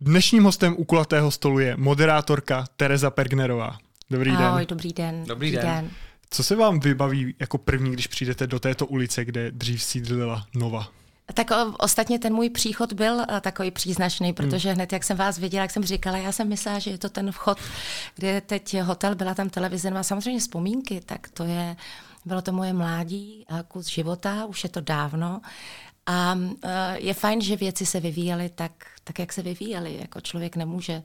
Dnešním hostem u kulatého stolu je moderátorka Tereza Pergnerová. Dobrý den. Ahoj, dobrý den. Dobrý den. Co se vám vybaví jako první, když přijdete do této ulice, kde dřív sídlila Nova? Tak ostatně ten můj příchod byl takový příznačný, protože hned, jak jsem vás viděla, jak jsem říkala, já jsem myslela, že je to ten vchod, kde je teď hotel, byla tam televize, a samozřejmě vzpomínky, tak bylo to moje mládí, kus života, už je to dávno. A je fajn, že věci se vyvíjely tak jak se vyvíjely. Jako člověk nemůže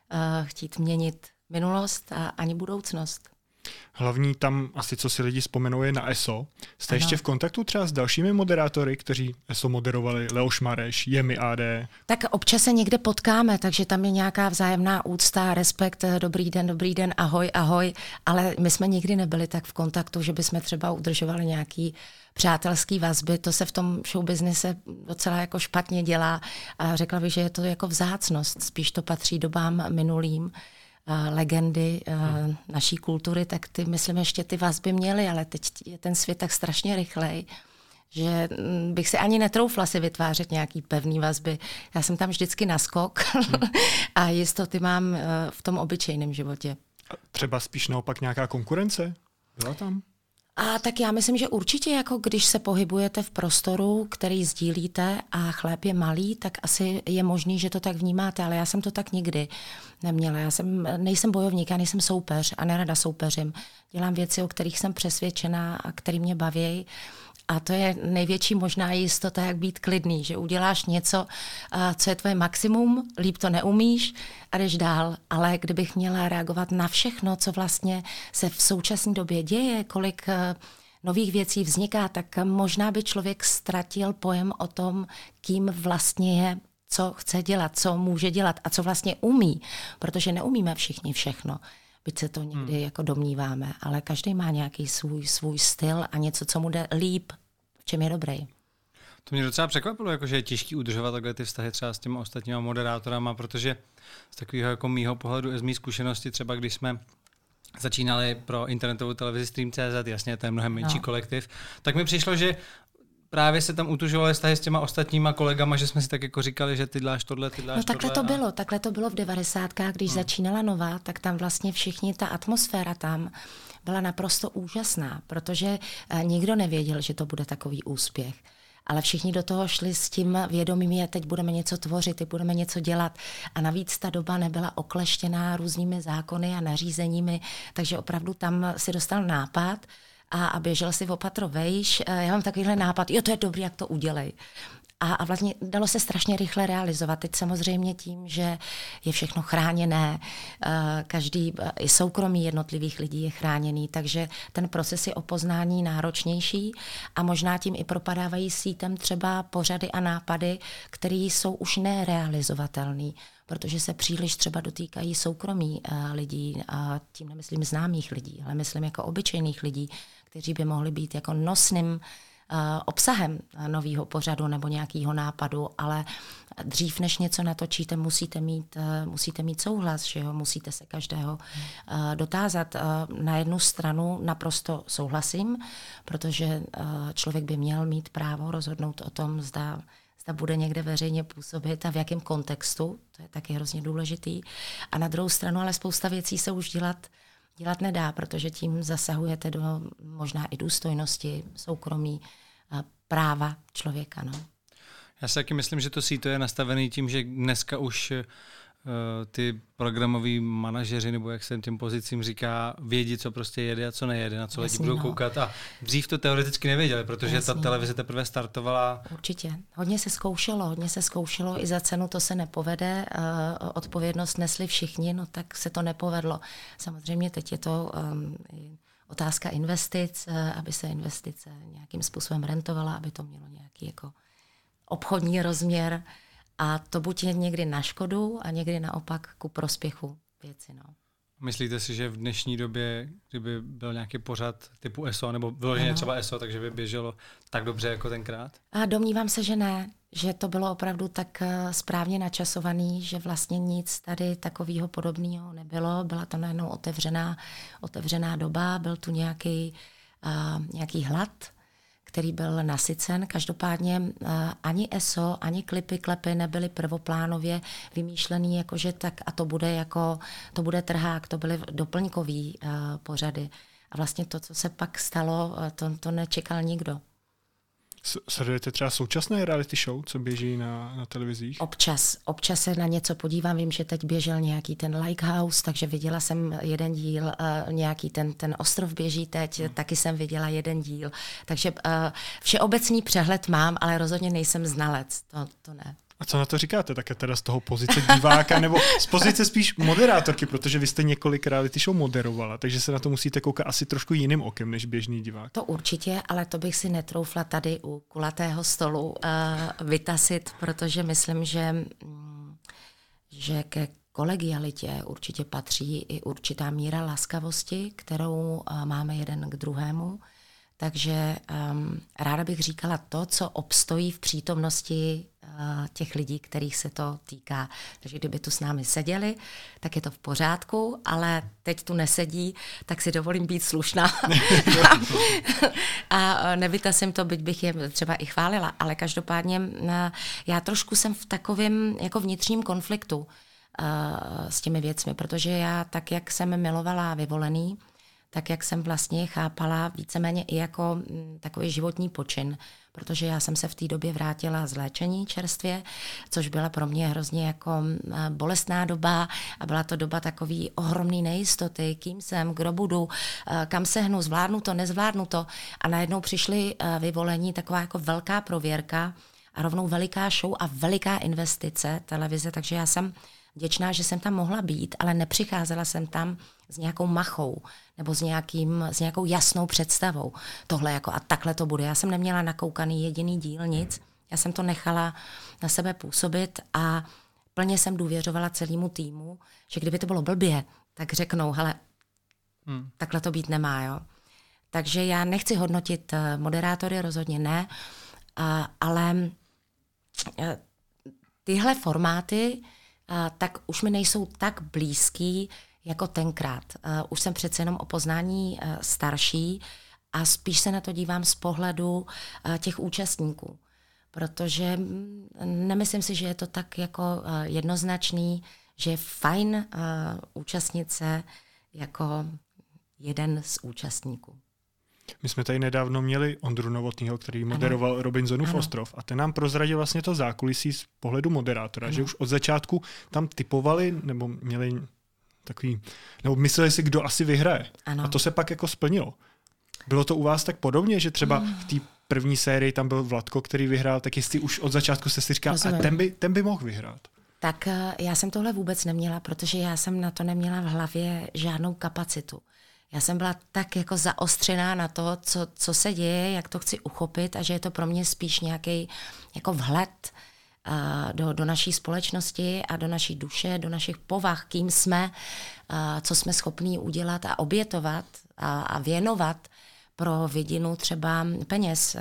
chtít měnit minulost a ani budoucnost. Hlavní tam asi, co si lidi vzpomenou, je na ESO. Jste ještě v kontaktu třeba s dalšími moderátory, kteří ESO moderovali? Leoš Mareš, Jemi AD? Tak občas se někde potkáme, takže tam je nějaká vzájemná úcta, respekt, dobrý den, ahoj, ahoj, ale my jsme nikdy nebyli tak v kontaktu, že bychom třeba udržovali nějaký přátelský vazby, to se v tom showbiznise docela jako špatně dělá a řekla bych, že je to jako vzácnost, spíš to patří dobám minulým. Legendy naší kultury, tak myslím, ještě ty vazby měly, ale teď je ten svět tak strašně rychlej, že bych si ani netroufla si vytvářet nějaký pevný vazby. Já jsem tam vždycky naskok a jistoty mám v tom obyčejném životě. A třeba spíš naopak nějaká konkurence? Byla tam? A tak já myslím, že určitě, jako když se pohybujete v prostoru, který sdílíte a chléb je malý, tak asi je možný, že to tak vnímáte, ale já jsem to tak nikdy neměla. Nejsem bojovník, já nejsem soupeř a nerada soupeřím. Dělám věci, o kterých jsem přesvědčená a který mě baví. A to je největší možná jistota, jak být klidný, že uděláš něco, co je tvoje maximum, líp to neumíš a jdeš dál. Ale kdybych měla reagovat na všechno, co vlastně se v současné době děje, kolik nových věcí vzniká, tak možná by člověk ztratil pojem o tom, kým vlastně je, co chce dělat, co může dělat a co vlastně umí, protože neumíme všichni všechno. Byť se to někdy jako domníváme, ale každý má nějaký svůj styl a něco, co mu jde líp, v čem je dobrý. To mě docela překvapilo, jako, že je těžký udržovat takhle ty vztahy třeba s těma ostatníma moderátorama, protože z takového jako mýho pohledu, z mý zkušenosti, třeba když jsme začínali pro internetovou televizi Stream.cz, jasně, to je mnohem menší kolektiv, tak mi přišlo, že právě se tam utužovaly vztahy s těma ostatníma kolegama, že jsme si tak jako říkali, že ty děláš tohle, ty děláš tohle. Takhle to bylo v 90kách, když začínala Nova, tak tam vlastně všichni, ta atmosféra tam byla naprosto úžasná, protože nikdo nevěděl, že to bude takový úspěch. Ale všichni do toho šli s tím vědomím, že teď budeme něco tvořit, teď budeme něco dělat. A navíc ta doba nebyla okleštěná různými zákony a nařízeními, takže opravdu tam si dostal nápad a běžel si opatro vejš. Já mám takovýhle nápad, jo, to je dobrý, jak to udělej. A vlastně dalo se strašně rychle realizovat. Teď samozřejmě tím, že je všechno chráněné, každý i soukromí jednotlivých lidí je chráněný, takže ten proces je o poznání náročnější a možná tím i propadávají sítem třeba pořady a nápady, které jsou už nerealizovatelné, protože se příliš třeba dotýkají soukromí lidí, a tím nemyslím známých lidí, ale myslím jako obyčejných lidí, kteří by mohli být jako nosným obsahem nového pořadu nebo nějakého nápadu, ale dřív, než něco natočíte, musíte mít souhlas, že jo? Musíte se každého dotázat. Na jednu stranu naprosto souhlasím, protože člověk by měl mít právo rozhodnout o tom, zda bude někde veřejně působit a v jakém kontextu, to je taky hrozně důležitý. A na druhou stranu ale spousta věcí se už dělat nedá, protože tím zasahujete do možná i důstojnosti, soukromí, práva člověka. No. Já si taky myslím, že to síto je nastavený tím, že dneska už ty programoví manažeři, nebo jak se těm pozicím říká, vědí, co prostě jede a co nejede, na co lidi budou koukat. A dřív to teoreticky nevěděli, protože ta televize teprve startovala. Určitě. Hodně se zkoušelo, i za cenu to se nepovede. Odpovědnost nesli všichni, no tak se to nepovedlo. Samozřejmě teď je to otázka investic, aby se investice nějakým způsobem rentovala, aby to mělo nějaký jako obchodní rozměr. A to buď je někdy na škodu a někdy naopak ku prospěchu věci. No. Myslíte si, že v dnešní době, kdyby byl nějaký pořad typu ESO, nebo vyloženě třeba ESO, takže by běželo tak dobře jako tenkrát? A domnívám se, že ne. Že to bylo opravdu tak správně načasovaný, že vlastně nic tady takového podobného nebylo. Byla to najednou otevřená doba, byl tu nějaký hlad, který byl nasycen. Každopádně ani ESO, ani klipy, klepy nebyly prvoplánově vymýšlený, jakože tak a to bude trhák, to byly doplňkový pořady. A vlastně to, co se pak stalo, to nečekal nikdo. Sledujete třeba současné reality show, co běží na televizích? Občas se na něco podívám, vím, že teď běžel nějaký ten Likehouse, takže viděla jsem jeden díl, nějaký ten ostrov běží teď, taky jsem viděla jeden díl. Takže všeobecný přehled mám, ale rozhodně nejsem znalec, to ne. A co na to říkáte? Také teda z toho pozice diváka, nebo z pozice spíš moderátorky, protože vy jste několik reality show moderovala, takže se na to musíte koukat asi trošku jiným okem než běžný divák. To určitě, ale to bych si netroufla tady u kulatého stolu vytasit, protože myslím, že ke kolegialitě určitě patří i určitá míra laskavosti, kterou máme jeden k druhému. Takže ráda bych říkala to, co obstojí v přítomnosti těch lidí, kterých se to týká. Takže kdyby tu s námi seděli, tak je to v pořádku, ale teď tu nesedí, tak si dovolím být slušná. A nevytasím to, byť bych je třeba i chválila, ale každopádně já trošku jsem v takovém jako vnitřním konfliktu s těmi věcmi, protože já tak, jak jsem milovala Vyvolený, tak jak jsem vlastně chápala víceméně i jako takový životní počin, protože já jsem se v té době vrátila z léčení čerstvě, což byla pro mě hrozně jako bolestná doba a byla to doba takový ohromný nejistoty, kým jsem, kdo budu, kam sehnu, zvládnu to, nezvládnu to a najednou přišly Vyvolení, taková jako velká prověrka a rovnou veliká show a veliká investice televize, takže já jsem vděčná, že jsem tam mohla být, ale nepřicházela jsem tam s nějakou machou nebo s nějakou jasnou představou. Tohle jako a takhle to bude. Já jsem neměla nakoukaný jediný díl, nic. Já jsem to nechala na sebe působit a plně jsem důvěřovala celému týmu, že kdyby to bylo blbě, tak řeknou, hele, takhle to být nemá, jo. Takže já nechci hodnotit moderátory, rozhodně ne, ale tyhle formáty tak už mi nejsou tak blízký jako tenkrát. Už jsem přece jenom o poznání starší a spíš se na to dívám z pohledu těch účastníků. Protože nemyslím si, že je to tak jako jednoznačný, že je fajn účastnit se jako jeden z účastníků. My jsme tady nedávno měli Ondru Novotnýho, který moderoval Robinsonův ostrov a ten nám prozradil vlastně to zákulisí z pohledu moderátora, že už od začátku tam typovali nebo měli takový, nebo mysleli si, kdo asi vyhraje. A to se pak jako splnilo. Bylo to u vás tak podobně, že třeba v té první sérii tam byl Vladko, který vyhrál, tak jestli už od začátku jste si říkal, a ten by mohl vyhrát. Tak já jsem tohle vůbec neměla, protože já jsem na to neměla v hlavě žádnou kapacitu. Já jsem byla tak jako zaostřená na to, co se děje, jak to chci uchopit a že je to pro mě spíš nějaký jako vhled do naší společnosti a do naší duše, do našich povah, kým jsme, co jsme schopní udělat a obětovat a věnovat pro vidinu třeba peněz,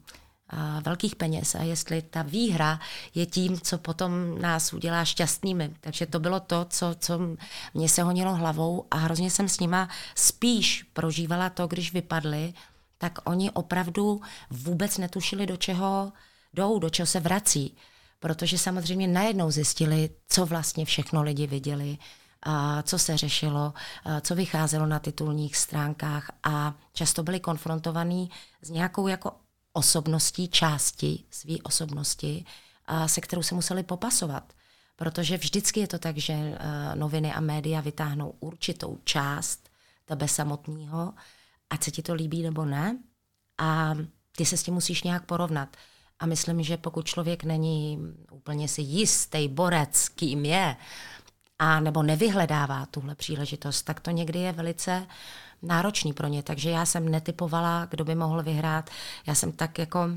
velkých peněz a jestli ta výhra je tím, co potom nás udělá šťastnými. Takže to bylo to, co mě se honilo hlavou a hrozně jsem s nima spíš prožívala to, když vypadli, tak oni opravdu vůbec netušili, do čeho jdou, do čeho se vrací. Protože samozřejmě najednou zjistili, co vlastně všechno lidi viděli, co se řešilo, co vycházelo na titulních stránkách a často byli konfrontovaní s nějakou jako osobností, části své osobnosti, se kterou se museli popasovat. Protože vždycky je to tak, že noviny a média vytáhnou určitou část tebe samotného, ať se ti to líbí nebo ne, a ty se s tím musíš nějak porovnat. A myslím, že pokud člověk není úplně si jistý borec, kým je, a nebo nevyhledává tuhle příležitost, tak to někdy je velice náročný pro ně. Takže já jsem netypovala, kdo by mohl vyhrát. Já jsem tak jako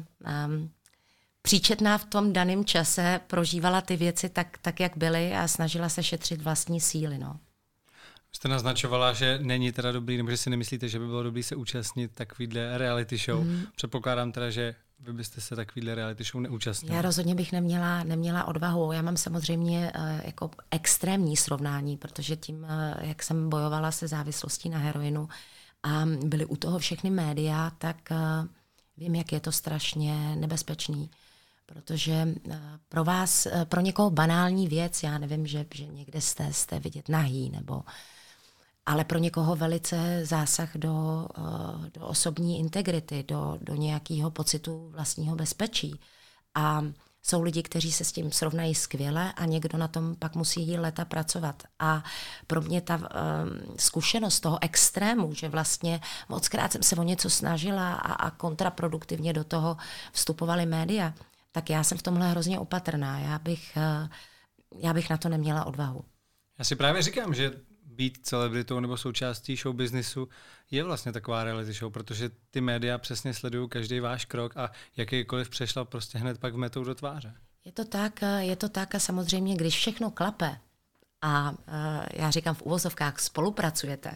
příčetná v tom daném čase, prožívala ty věci tak, jak byly a snažila se šetřit vlastní síly. No. Jste naznačovala, že není teda dobrý, nebo že si nemyslíte, že by bylo dobrý se účastnit takovýhle reality show. Předpokládám teda, že vy byste se takovýhle reality show neúčastnili. Já rozhodně bych neměla odvahu. Já mám samozřejmě jako extrémní srovnání, protože tím, jak jsem bojovala se závislostí na heroinu a byly u toho všechny média, tak Vím, jak je to strašně nebezpečný, protože pro vás, pro někoho banální věc, já nevím, že někde jste vidět nahý, ale pro někoho velice zásah do osobní integrity, do nějakého pocitu vlastního bezpečí. A jsou lidi, kteří se s tím srovnají skvěle a někdo na tom pak musí jít léta pracovat. A pro mě ta zkušenost toho extrému, že vlastně mockrát jsem se o něco snažila a kontraproduktivně do toho vstupovaly média, tak já jsem v tomhle hrozně opatrná. Já bych na to neměla odvahu. Já si právě říkám, že být celebritou nebo součástí show businessu je vlastně taková reality show, protože ty média přesně sledují každý váš krok a jakýkoliv přešla prostě hned pak vmetou do tváře. Je to tak a samozřejmě, když všechno klape a já říkám v uvozovkách spolupracujete,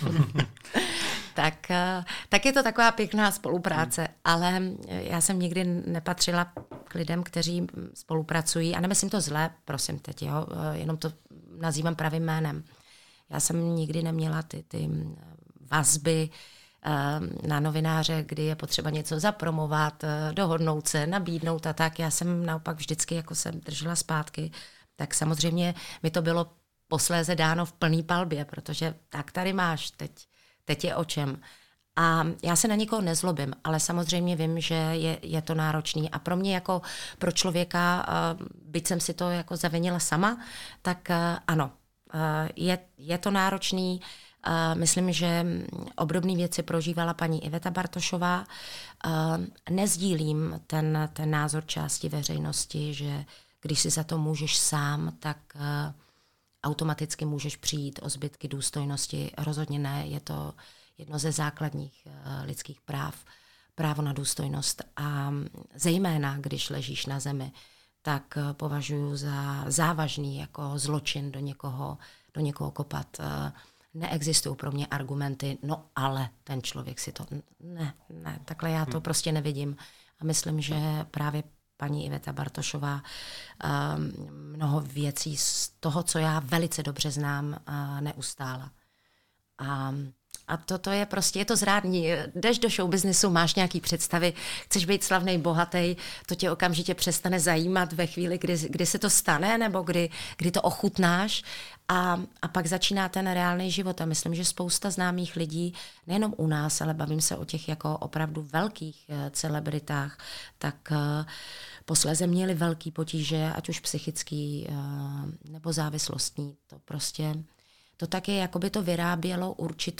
tak je to taková pěkná spolupráce, ale já jsem nikdy nepatřila k lidem, kteří spolupracují a nemyslím to zle, prosím teď, jo, jenom to nazývám pravým jménem. Já jsem nikdy neměla ty vazby na novináře, kdy je potřeba něco zapromovat, dohodnout se, nabídnout a tak. Já jsem naopak vždycky jako jsem držela zpátky. Tak samozřejmě mi to bylo posléze dáno v plný palbě, protože tak tady máš, teď je o čem. A já se na nikoho nezlobím, ale samozřejmě vím, že je to náročný. A pro mě jako pro člověka, byť jsem si to jako zavinila sama, tak ano, je to náročný. Myslím, že obdobné věci prožívala paní Iveta Bartošová. Nezdílím ten názor části veřejnosti, že když si za to můžeš sám, tak automaticky můžeš přijít o zbytky důstojnosti. Rozhodně ne, je to jedno ze základních lidských práv, právo na důstojnost. A zejména, když ležíš na zemi, tak považuji za závažný jako zločin do někoho kopat. Neexistují pro mě argumenty, no ale ten člověk si to... Ne, takhle já to prostě nevidím. A myslím, že právě paní Iveta Bartošová mnoho věcí z toho, co já velice dobře znám, neustála. A to je prostě, je to zrádný. Jdeš do showbiznesu, máš nějaký představy, chceš být slavnej, bohatý, to tě okamžitě přestane zajímat ve chvíli, kdy se to stane, nebo kdy to ochutnáš a pak začíná ten reálný život. A myslím, že spousta známých lidí, nejenom u nás, ale bavím se o těch jako opravdu velkých celebritách, tak posléze měli velký potíže, ať už psychický nebo závislostní. To prostě... To taky jakoby to vyrábělo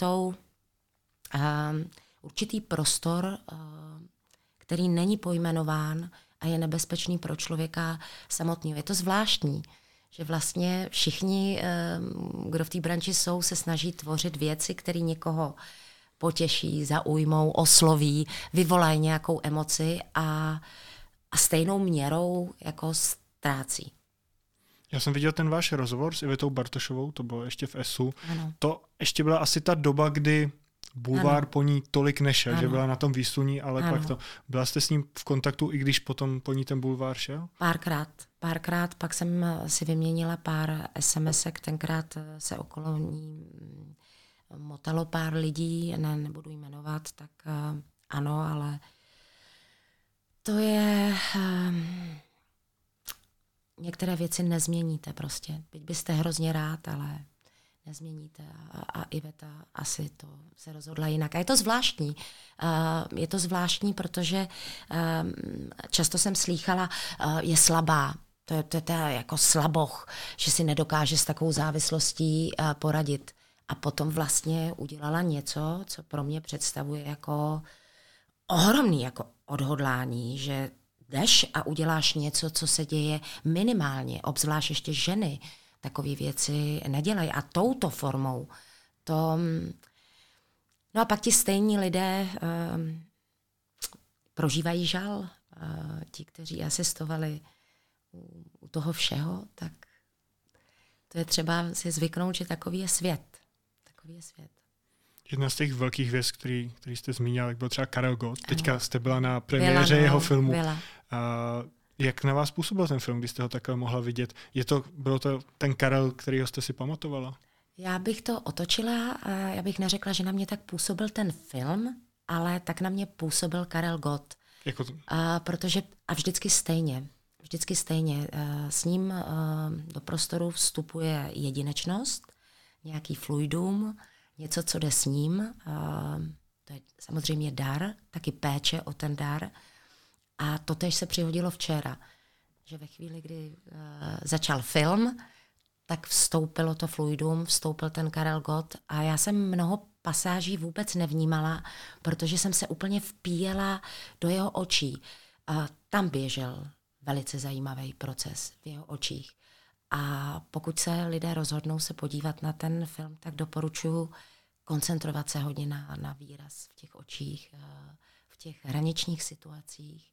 určitý prostor, který není pojmenován a je nebezpečný pro člověka samotného. Je to zvláštní, že vlastně všichni, kdo v té branži jsou, se snaží tvořit věci, které někoho potěší, zaujmou, osloví, vyvolají nějakou emoci a stejnou měrou jako ztrácí. Já jsem viděl ten váš rozhovor s Ivetou Bartošovou, to bylo ještě v ESU. Ano. To ještě byla asi ta doba, kdy bulvár po ní tolik nešel, že byla na tom výsluní, ale pak to... Byla jste s ním v kontaktu, i když potom po ní ten bulvár šel? Párkrát, pak jsem si vyměnila pár SMSek, tenkrát se okolo ní motalo pár lidí, nebudu jmenovat, tak ano, ale to je... Některé věci nezměníte prostě. Byť byste hrozně rád, ale nezměníte. A Iveta asi to se rozhodla jinak. A je to zvláštní. Je to zvláštní, protože často jsem slýchala, je slabá. To je jako slaboch, že si nedokáže s takovou závislostí poradit. A potom vlastně udělala něco, co pro mě představuje jako ohromný jako odhodlání, že jdeš a uděláš něco, co se děje minimálně, obzvlášť ještě ženy takové věci nedělají. A touto formou to... No a pak ti stejní lidé prožívají žal. Ti, kteří asistovali u toho všeho, tak to je třeba si zvyknout, že takový je svět. Takový je svět. Jedna z těch velkých věc, který jste zmínil, jak byl třeba Karel Gott. Teďka jste byla na premiéře jeho filmu. Jak na vás působil ten film, když jste ho takhle mohla vidět? Bylo to ten Karel, kterýho jste si pamatovala? Já bych to otočila a já bych neřekla, že na mě tak působil ten film, ale tak na mě působil Karel Gott. Protože vždycky stejně. S ním do prostoru vstupuje jedinečnost, nějaký fluidum, něco, co jde s ním. To je samozřejmě dar, taky péče o ten dar. A to též se přihodilo včera, že ve chvíli, kdy začal film, tak vstoupilo to fluidum, vstoupil ten Karel Gott a já jsem mnoho pasáží vůbec nevnímala, protože jsem se úplně vpíjela do jeho očí. A tam běžel velice zajímavý proces v jeho očích. A pokud se lidé rozhodnou se podívat na ten film, tak doporučuji koncentrovat se hodně na výraz v těch očích, v těch hraničních situacích.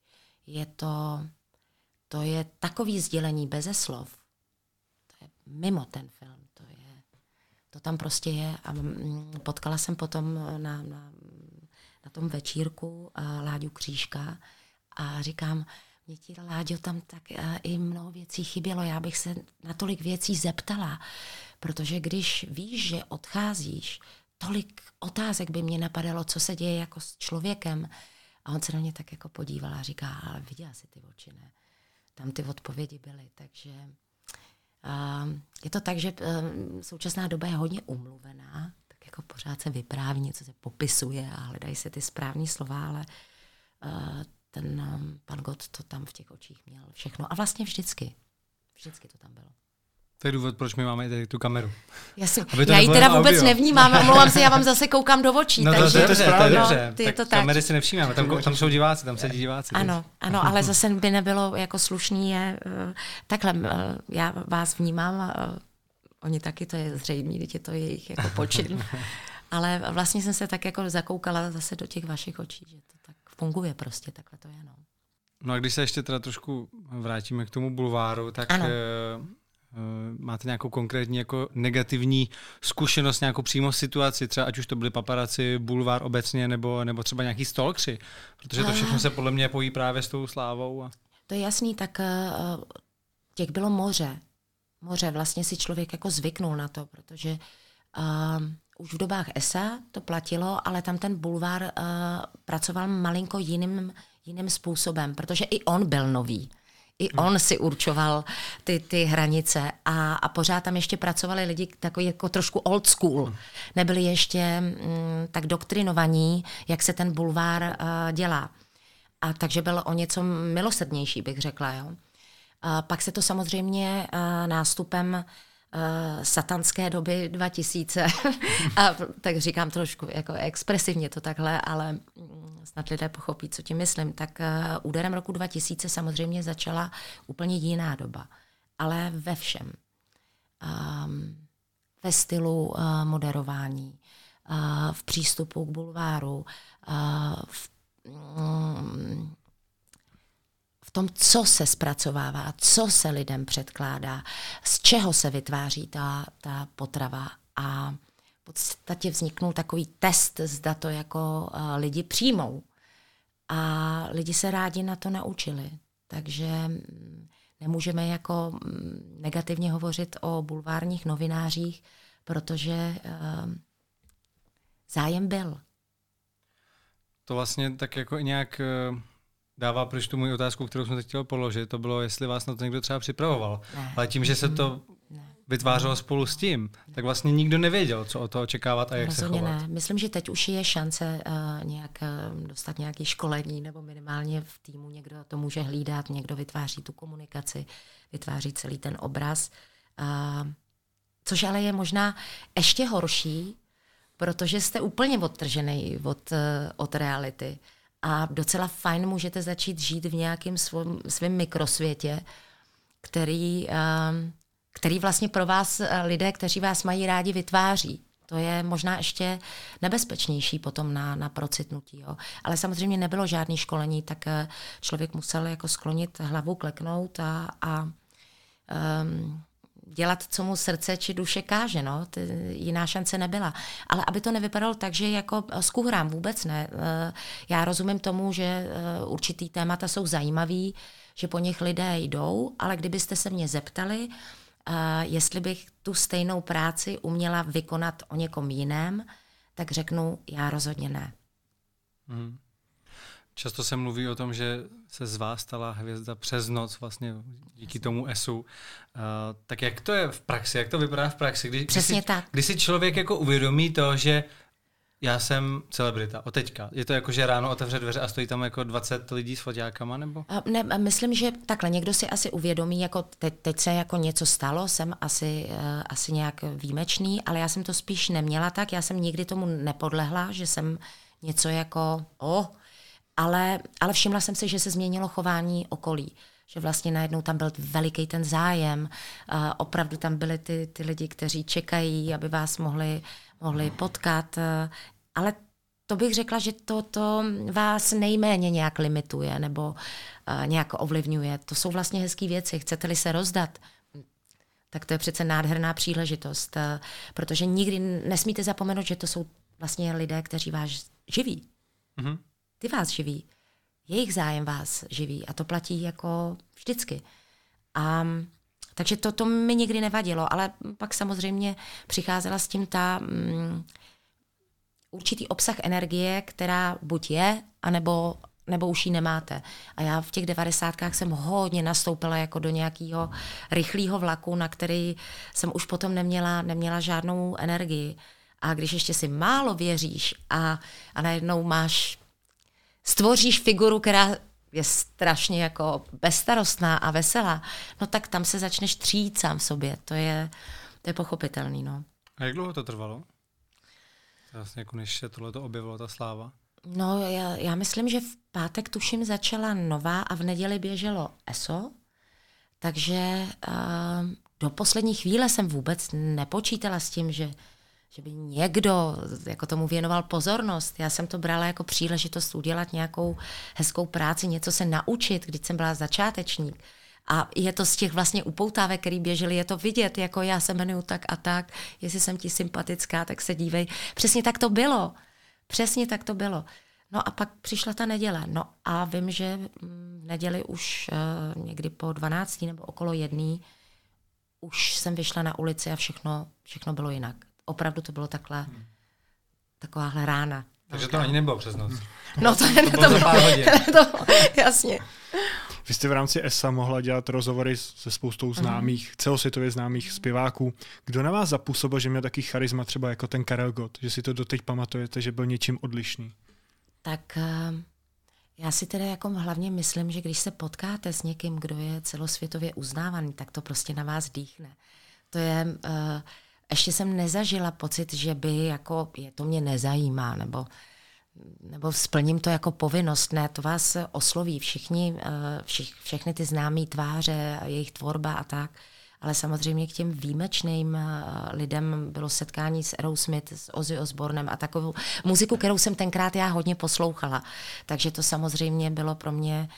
To je takový sdělení beze slov. To je mimo ten film. To tam prostě je. A potkala jsem potom na tom večírku Láďu Křížka a říkám, mě ti, Láďo, tam tak i mnoho věcí chybělo. Já bych se na tolik věcí zeptala, protože když víš, že odcházíš, tolik otázek by mě napadalo, co se děje jako s člověkem. A on se na mě tak jako podíval a říká, ale viděla jsi ty oči, ne? Tam ty odpovědi byly, takže je to tak, že současná doba je hodně umluvená, tak jako pořád se vypráví, něco se popisuje a hledají se ty správný slova, ale ten pan Gott to tam v těch očích měl všechno. A vlastně vždycky to tam bylo. To je důvod, proč my máme tady tu kameru. Já ji teda vůbec nevnímám, omlouvám se, já vám zase koukám do očí. No takže, to je dobře. Tak kamery si nevšímáme, tam jsou diváci, tam sedí diváci. Ano, ale zase by nebylo jako slušný takhle, já vás vnímám, oni taky, to je zřejmé, teď je to jejich jako počin. Ale vlastně jsem se tak jako zakoukala zase do těch vašich očí, že to tak funguje prostě, takhle to je. No a když se ještě teda trošku vrátíme k tomu bulváru, tak máte nějakou konkrétní jako negativní zkušenost, nějakou přímo situaci, třeba ať už to byly paparazzi, bulvár obecně, nebo třeba nějaký stalkři, protože to všechno se podle mě pojí právě s tou slávou. To je jasný, tak těch bylo moře. Vlastně si člověk jako zvyknul na to, protože už v dobách ESA to platilo, ale tam ten bulvár pracoval malinko jiným způsobem, protože i on byl nový. I on si určoval ty hranice a pořád tam ještě pracovali lidi takový jako trošku old school. Nebyli ještě tak doktrinovaní, jak se ten bulvár dělá. A takže byl o něco milosrdnější, bych řekla. Jo. A pak se to samozřejmě nástupem satanské doby 2000, a tak říkám trošku jako expresivně to takhle, ale snad lidé pochopí, co tím myslím, tak úderem roku 2000 samozřejmě začala úplně jiná doba, ale ve všem. Ve stylu moderování, v přístupu k bulváru, v tom, co se zpracovává, co se lidem předkládá, z čeho se vytváří ta potrava. A v podstatě vzniknul takový test, zda to jako lidi přijmou. A lidi se rádi na to naučili. Takže nemůžeme jako negativně hovořit o bulvárních novinářích, protože zájem byl. To vlastně tak jako nějak dává pryč tu moji otázku, kterou jsem teď chtěl položit. To bylo, jestli vás na to někdo třeba připravoval. Ne. Ale tím, že se to vytvářelo spolu s tím, tak vlastně nikdo nevěděl, co od toho očekávat a jak rozhodně se chovat. Ne. Myslím, že teď už je šance nějak dostat nějaké školení, nebo minimálně v týmu někdo to může hlídat, někdo vytváří tu komunikaci, vytváří celý ten obraz. Což ale je možná ještě horší, protože jste úplně odtržený od reality. A docela fajn můžete začít žít v nějakém svém mikrosvětě, který vlastně pro vás lidé, kteří vás mají rádi, vytváří. To je možná ještě nebezpečnější potom na procitnutí. Jo. Ale samozřejmě nebylo žádné školení, tak člověk musel jako sklonit hlavu, kleknout a dělat, co mu srdce či duše káže. No. Jiná šance nebyla. Ale aby to nevypadalo tak, že jako skuhrám, vůbec ne. Já rozumím tomu, že určitý témata jsou zajímavý, že po nich lidé jdou, ale kdybyste se mě zeptali, jestli bych tu stejnou práci uměla vykonat o někom jiném, tak řeknu, já rozhodně ne. Často se mluví o tom, že se z vás stala hvězda přes noc vlastně díky tomu ESu. Tak jak to je v praxi? Jak to vypadá v praxi? Přesně tak. Když si člověk jako uvědomí to, že já jsem celebrita, od teďka. Je to jako, že ráno otevře dveře a stojí tam jako 20 lidí s foťákama, nebo? Ne, myslím, že takhle, někdo si asi uvědomí, jako teď se jako něco stalo, jsem asi nějak výjimečný, ale já jsem to spíš neměla tak, já jsem nikdy tomu nepodlehla, že jsem něco jako, ale všimla jsem si, že se změnilo chování okolí, že vlastně najednou tam byl veliký ten zájem, opravdu tam byli ty lidi, kteří čekají, aby vás mohli potkat, ale to bych řekla, že to vás nejméně nějak limituje nebo nějak ovlivňuje. To jsou vlastně hezký věci. Chcete-li se rozdat, tak to je přece nádherná příležitost, protože nikdy nesmíte zapomenout, že to jsou vlastně lidé, kteří vás živí. Mm-hmm. Ty vás živí. Jejich zájem vás živí a to platí jako vždycky. Takže to mi nikdy nevadilo, ale pak samozřejmě přicházela s tím ta určitý obsah energie, která buď je, nebo už ji nemáte. A já v těch 90kách jsem hodně nastoupila jako do nějakého rychlého vlaku, na který jsem už potom neměla žádnou energii. A když ještě si málo věříš a najednou stvoříš figuru, která je strašně jako bezstarostná a veselá, no tak tam se začneš třít sám v sobě. To je pochopitelný. No. A jak dlouho to trvalo? Vlastně jako než se tohleto objevilo, ta sláva? No já myslím, že v pátek tuším začala Nová a v neděli běželo ESO, takže do poslední chvíle jsem vůbec nepočítala s tím, že by někdo jako tomu věnoval pozornost. Já jsem to brala jako příležitost udělat nějakou hezkou práci, něco se naučit, když jsem byla začátečník. A je to z těch vlastně upoutávek, který běžely, je to vidět, jako já se jmenuju tak a tak, jestli jsem ti sympatická, tak se dívej. Přesně tak to bylo. No a pak přišla ta neděle. No a vím, že v neděli už někdy po 12 nebo okolo 1 už jsem vyšla na ulici a všechno bylo jinak. Opravdu to bylo takováhle rána. Takže to ani nebylo přes noc. No to bylo za pár hodin. Jasně. Vy jste v rámci ESA mohla dělat rozhovory se spoustou známých, celosvětově známých zpěváků. Kdo na vás zapůsobil, že měl taky charisma třeba jako ten Karel Gott, že si to doteď pamatujete, že byl něčím odlišný? Tak já si teda jako hlavně myslím, že když se potkáte s někým, kdo je celosvětově uznávaný, tak to prostě na vás dýchne. To je... Ještě jsem nezažila pocit, že by jako, to mě nezajímá, nebo splním to jako povinnost. Ne, to vás osloví všechny ty známé tváře, jejich tvorba a tak. Ale samozřejmě k těm výjimečným lidem bylo setkání s Aerosmith, s Ozzy Osbournem a takovou muziku, kterou jsem tenkrát já hodně poslouchala. Takže to samozřejmě bylo pro mě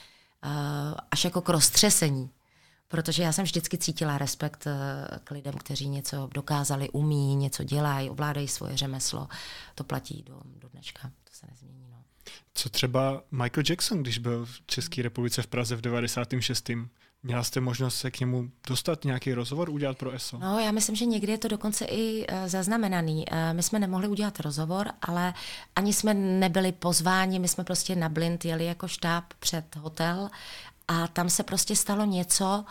až jako k roztřesení. Protože já jsem vždycky cítila respekt k lidem, kteří něco dokázali, umí, něco dělají, ovládají svoje řemeslo. To platí do dneška, to se nezmění. No. Co třeba Michael Jackson, když byl v České republice v Praze v 96. Měla jste možnost se k němu dostat, nějaký rozhovor udělat pro ESO? No, já myslím, že někdy je to dokonce i zaznamenaný. My jsme nemohli udělat rozhovor, ale ani jsme nebyli pozváni, my jsme prostě na blind jeli jako štáb před hotel a tam se prostě stalo něco,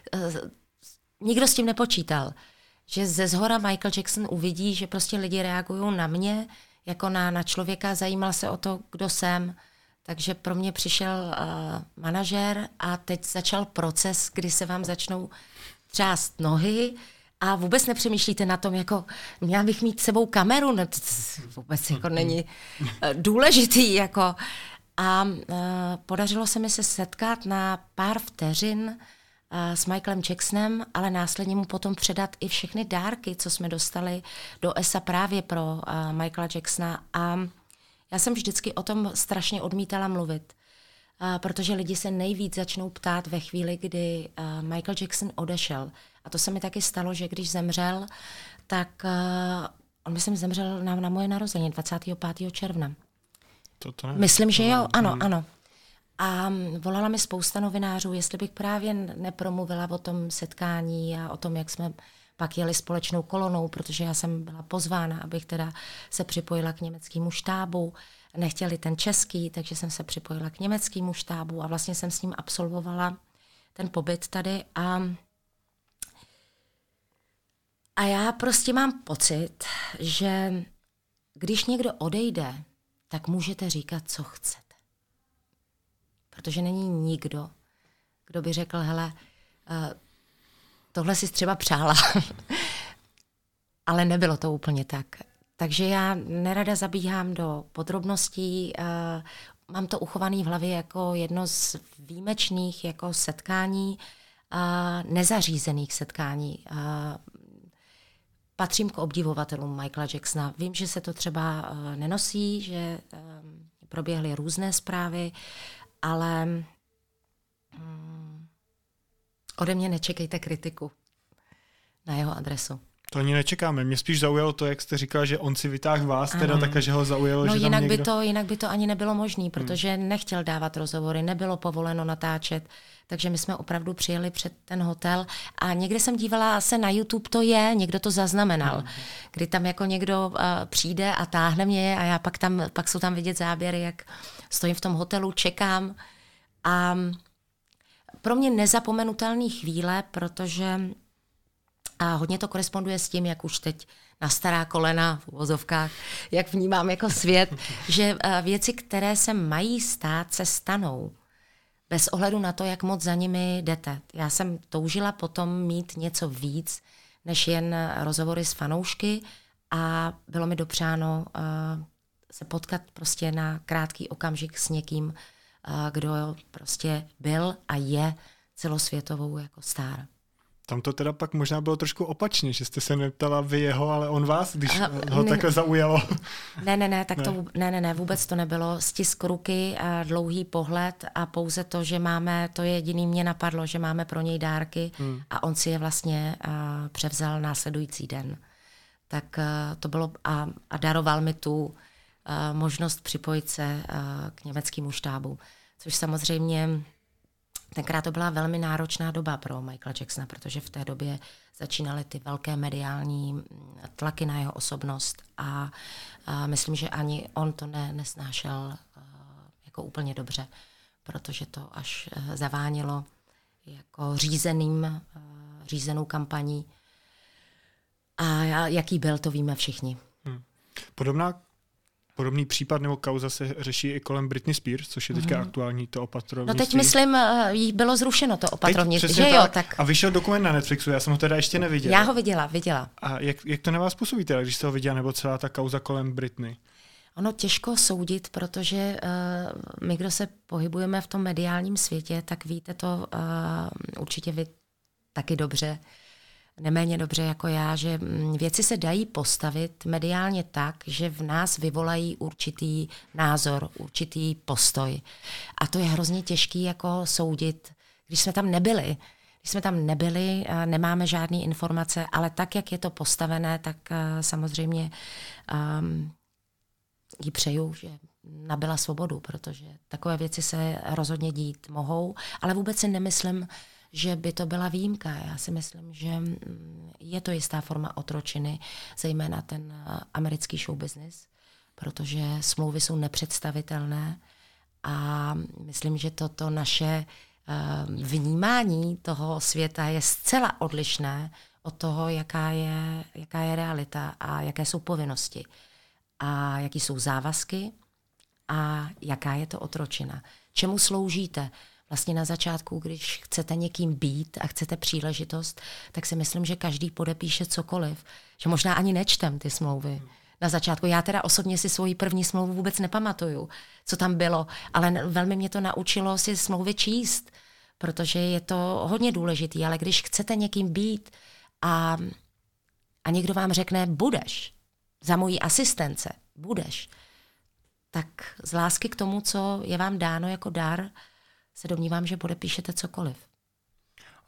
nikdo s tím nepočítal, že ze zhora Michael Jackson uvidí, že prostě lidi reagují na mě, jako na člověka, zajímal se o to, kdo jsem. Takže pro mě přišel manažer a teď začal proces, kdy se vám začnou třást nohy a vůbec nepřemýšlíte na tom, jako měla bych mít s sebou kameru, no, to vůbec jako není důležitý. Jako. A podařilo se mi se setkat na pár vteřin s Michaelem Jacksonem, ale následně mu potom předat i všechny dárky, co jsme dostali do ESA právě pro Michaela Jacksona. A já jsem vždycky o tom strašně odmítala mluvit, protože lidi se nejvíc začnou ptát ve chvíli, kdy Michael Jackson odešel. A to se mi taky stalo, že když zemřel, tak on myslím zemřel na moje narození 25. června. To myslím, že jo, ano. A volala mi spousta novinářů, jestli bych právě nepromluvila o tom setkání a o tom, jak jsme pak jeli společnou kolonou, protože já jsem byla pozvána, abych teda se připojila k německému štábu. Nechtěli ten český, takže jsem se připojila k německému štábu a vlastně jsem s ním absolvovala ten pobyt tady a já prostě mám pocit, že když někdo odejde, tak můžete říkat, co chcete. Protože není nikdo, kdo by řekl, hele, tohle si třeba přála. Ale nebylo to úplně tak. Takže já nerada zabíhám do podrobností. Mám to uchované v hlavě jako jedno z výjimečných jako setkání, nezařízených setkání. Patřím k obdivovatelům Michaela Jacksona. Vím, že se to třeba nenosí, že proběhly různé zprávy, ale ode mě nečekejte kritiku na jeho adresu. To ani nečekáme. Mě spíš zaujalo to, jak jste říkal, že on si vytáhl vás, teda také, že ho zaujalo, že jinak tam někdo... jinak by to ani nebylo možné, protože nechtěl dávat rozhovory, nebylo povoleno natáčet, takže my jsme opravdu přijeli před ten hotel a někde jsem dívala se na YouTube, to je, někdo to zaznamenal, kdy tam jako někdo přijde a táhne mě a já pak jsou tam vidět záběry, jak stojím v tom hotelu, čekám a pro mě nezapomenutelný chvíle, protože a hodně to koresponduje s tím, jak už teď na stará kolena v uvozovkách, jak vnímám jako svět, že věci, které se mají stát, se stanou. Bez ohledu na to, jak moc za nimi jdete. Já jsem toužila potom mít něco víc, než jen rozhovory s fanoušky a bylo mi dopřáno se potkat prostě na krátký okamžik s někým, kdo prostě byl a je celosvětovou jako star. Tam to teda pak možná bylo trošku opačně, že jste se neptala vy jeho, ale on vás, když ho takhle zaujalo. Ne, vůbec to nebylo. Stisk ruky, a dlouhý pohled a pouze to, že máme, to jediný mě napadlo, že máme pro něj dárky a on si je vlastně převzal následující den. Tak to bylo a daroval mi tu možnost připojit se k německému štábu, což samozřejmě tenkrát to byla velmi náročná doba pro Michaela Jacksona, protože v té době začínaly ty velké mediální tlaky na jeho osobnost a myslím, že ani on to nesnášel jako úplně dobře, protože to až zavánilo jako řízenou kampaní. A jaký byl, to víme všichni. Podobný případ nebo kauza se řeší i kolem Britney Spears, což je teďka aktuální to opatrovnictví. No teď myslím, jí bylo zrušeno to opatrovnictví, že jo? Tak. A vyšel dokument na Netflixu, já jsem ho teda ještě neviděl. Já ho viděla. A jak to na vás působí teda, když jste ho viděla, nebo celá ta kauza kolem Britney? Ono těžko soudit, protože my, kdo se pohybujeme v tom mediálním světě, tak víte to určitě vy taky dobře, neméně dobře jako já, že věci se dají postavit mediálně tak, že v nás vyvolají určitý názor, určitý postoj. A to je hrozně těžký jako soudit, když jsme tam nebyli. Když jsme tam nebyli, nemáme žádné informace, ale tak, jak je to postavené, tak samozřejmě jí přeju, že nabyla svobodu, protože takové věci se rozhodně dít mohou, ale vůbec si nemyslím, že by to byla výjimka. Já si myslím, že je to jistá forma otročiny, zejména ten americký show business, protože smlouvy jsou nepředstavitelné a myslím, že toto naše vnímání toho světa je zcela odlišné od toho, jaká je realita a jaké jsou povinnosti a jaký jsou závazky a jaká je to otročina. Čemu sloužíte? Vlastně na začátku, když chcete někým být a chcete příležitost, tak si myslím, že každý podepíše cokoliv. Že možná ani nečtem ty smlouvy. Na začátku. Já teda osobně si svoji první smlouvu vůbec nepamatuju, co tam bylo, ale velmi mě to naučilo si smlouvy číst, protože je to hodně důležitý, ale když chcete někým být a někdo vám řekne, budeš, za mojí asistence, budeš, tak z lásky k tomu, co je vám dáno jako dar, se domnívám, že podepíšete cokoliv.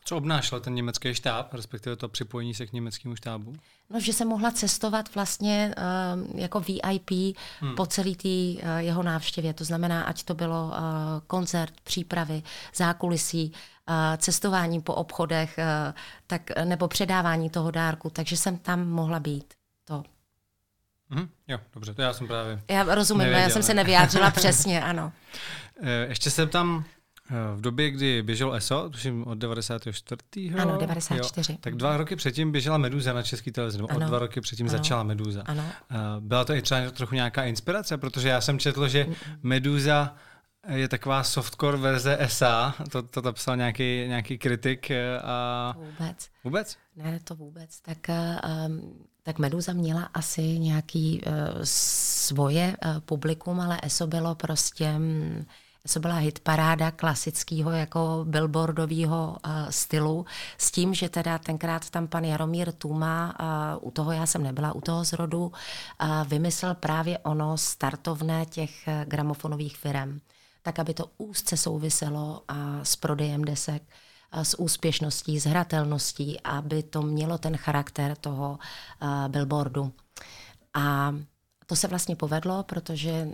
Co obnášel ten německý štáb, respektive to připojení se k německému štábu? No, že jsem mohla cestovat vlastně jako VIP po celé té jeho návštěvě. To znamená, ať to bylo koncert, přípravy, zákulisí, cestování po obchodech, nebo předávání toho dárku. Takže jsem tam mohla být. To. Jo, dobře, to já jsem právě Já rozumím, nevěděl, já jsem se nevyjádřila přesně, ano. Ještě se tam v době, kdy běželo ESO, tuším od 94. Ano, 94. Jo, tak 2 roky předtím běžela Meduza na České televizi, nebo od 2 roky předtím začala Meduza. Ano. Byla to i třeba trochu nějaká inspirace, protože já jsem četl, že Meduza je taková softcore verze ESA, to napsal nějaký kritik. A... Vůbec? Ne, to vůbec. Tak Meduza měla asi nějaký svoje publikum, ale ESO bylo prostě... To byla hitparáda klasického jako billboardového stylu, s tím, že teda tenkrát tam pan Jaromír Tůma, u toho já jsem nebyla, u toho zrodu, vymyslel právě ono startovné těch gramofonových firem, tak aby to úzce souviselo s prodejem desek, s úspěšností, s hratelností, aby to mělo ten charakter toho billboardu. A to se vlastně povedlo, protože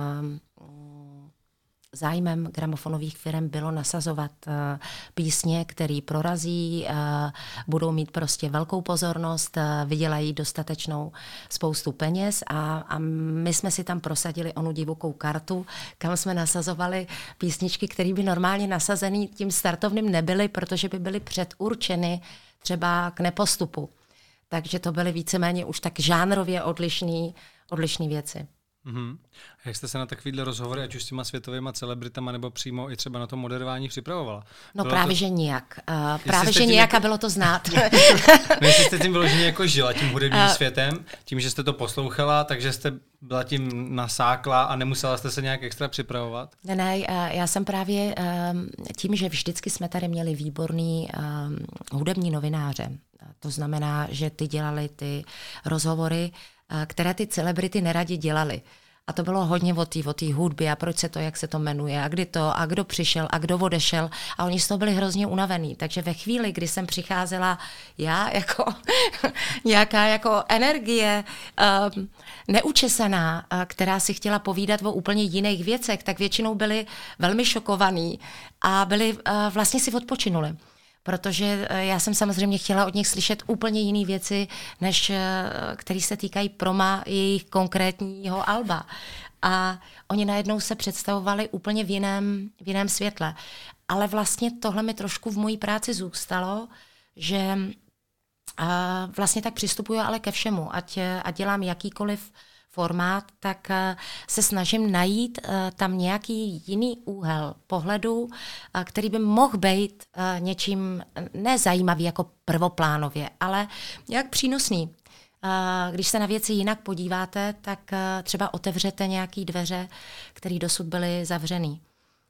zájmem gramofonových firm bylo nasazovat písně, které prorazí, budou mít prostě velkou pozornost, vydělají dostatečnou spoustu peněz a my jsme si tam prosadili onu divokou kartu, kam jsme nasazovali písničky, které by normálně nasazený tím startovným nebyly, protože by byly předurčeny třeba k nepostupu. Takže to byly víceméně už tak žánrově odlišné věci. Mm-hmm. A jak jste se na takovýhle rozhovory, ať už s těma světovýma celebritama, nebo přímo i třeba na to moderování připravovala? No bylo právě, že nijak. Právě, že nijak a bylo to znát. No, jestli jste tím vyloženě jako žila, tím hudebním světem, tím, že jste to poslouchala, takže jste byla tím nasákla a nemusela jste se nějak extra připravovat? Ne, já jsem právě tím, že vždycky jsme tady měli výborný hudební novináře. To znamená, že ty dělali ty rozhovory, které ty celebrity neradi dělali. A to bylo hodně o té hudbě a proč se to, jak se to jmenuje a kdy to a kdo přišel a kdo odešel a oni z toho byli hrozně unavený. Takže ve chvíli, kdy jsem přicházela já jako nějaká jako energie neučesaná, která si chtěla povídat o úplně jiných věcech, tak většinou byli velmi šokovaní a byli vlastně si odpočinuli. Protože já jsem samozřejmě chtěla od nich slyšet úplně jiné věci, než které se týkají proma jejich konkrétního alba. A oni najednou se představovali úplně v jiném světle. Ale vlastně tohle mi trošku v mojí práci zůstalo, že vlastně tak přistupuju ale ke všemu. Ať dělám jakýkoliv formát, tak se snažím najít tam nějaký jiný úhel pohledu, který by mohl být něčím nezajímavý jako prvoplánově, ale nějak přínosný. Když se na věci jinak podíváte, tak třeba otevřete nějaké dveře, které dosud byly zavřený.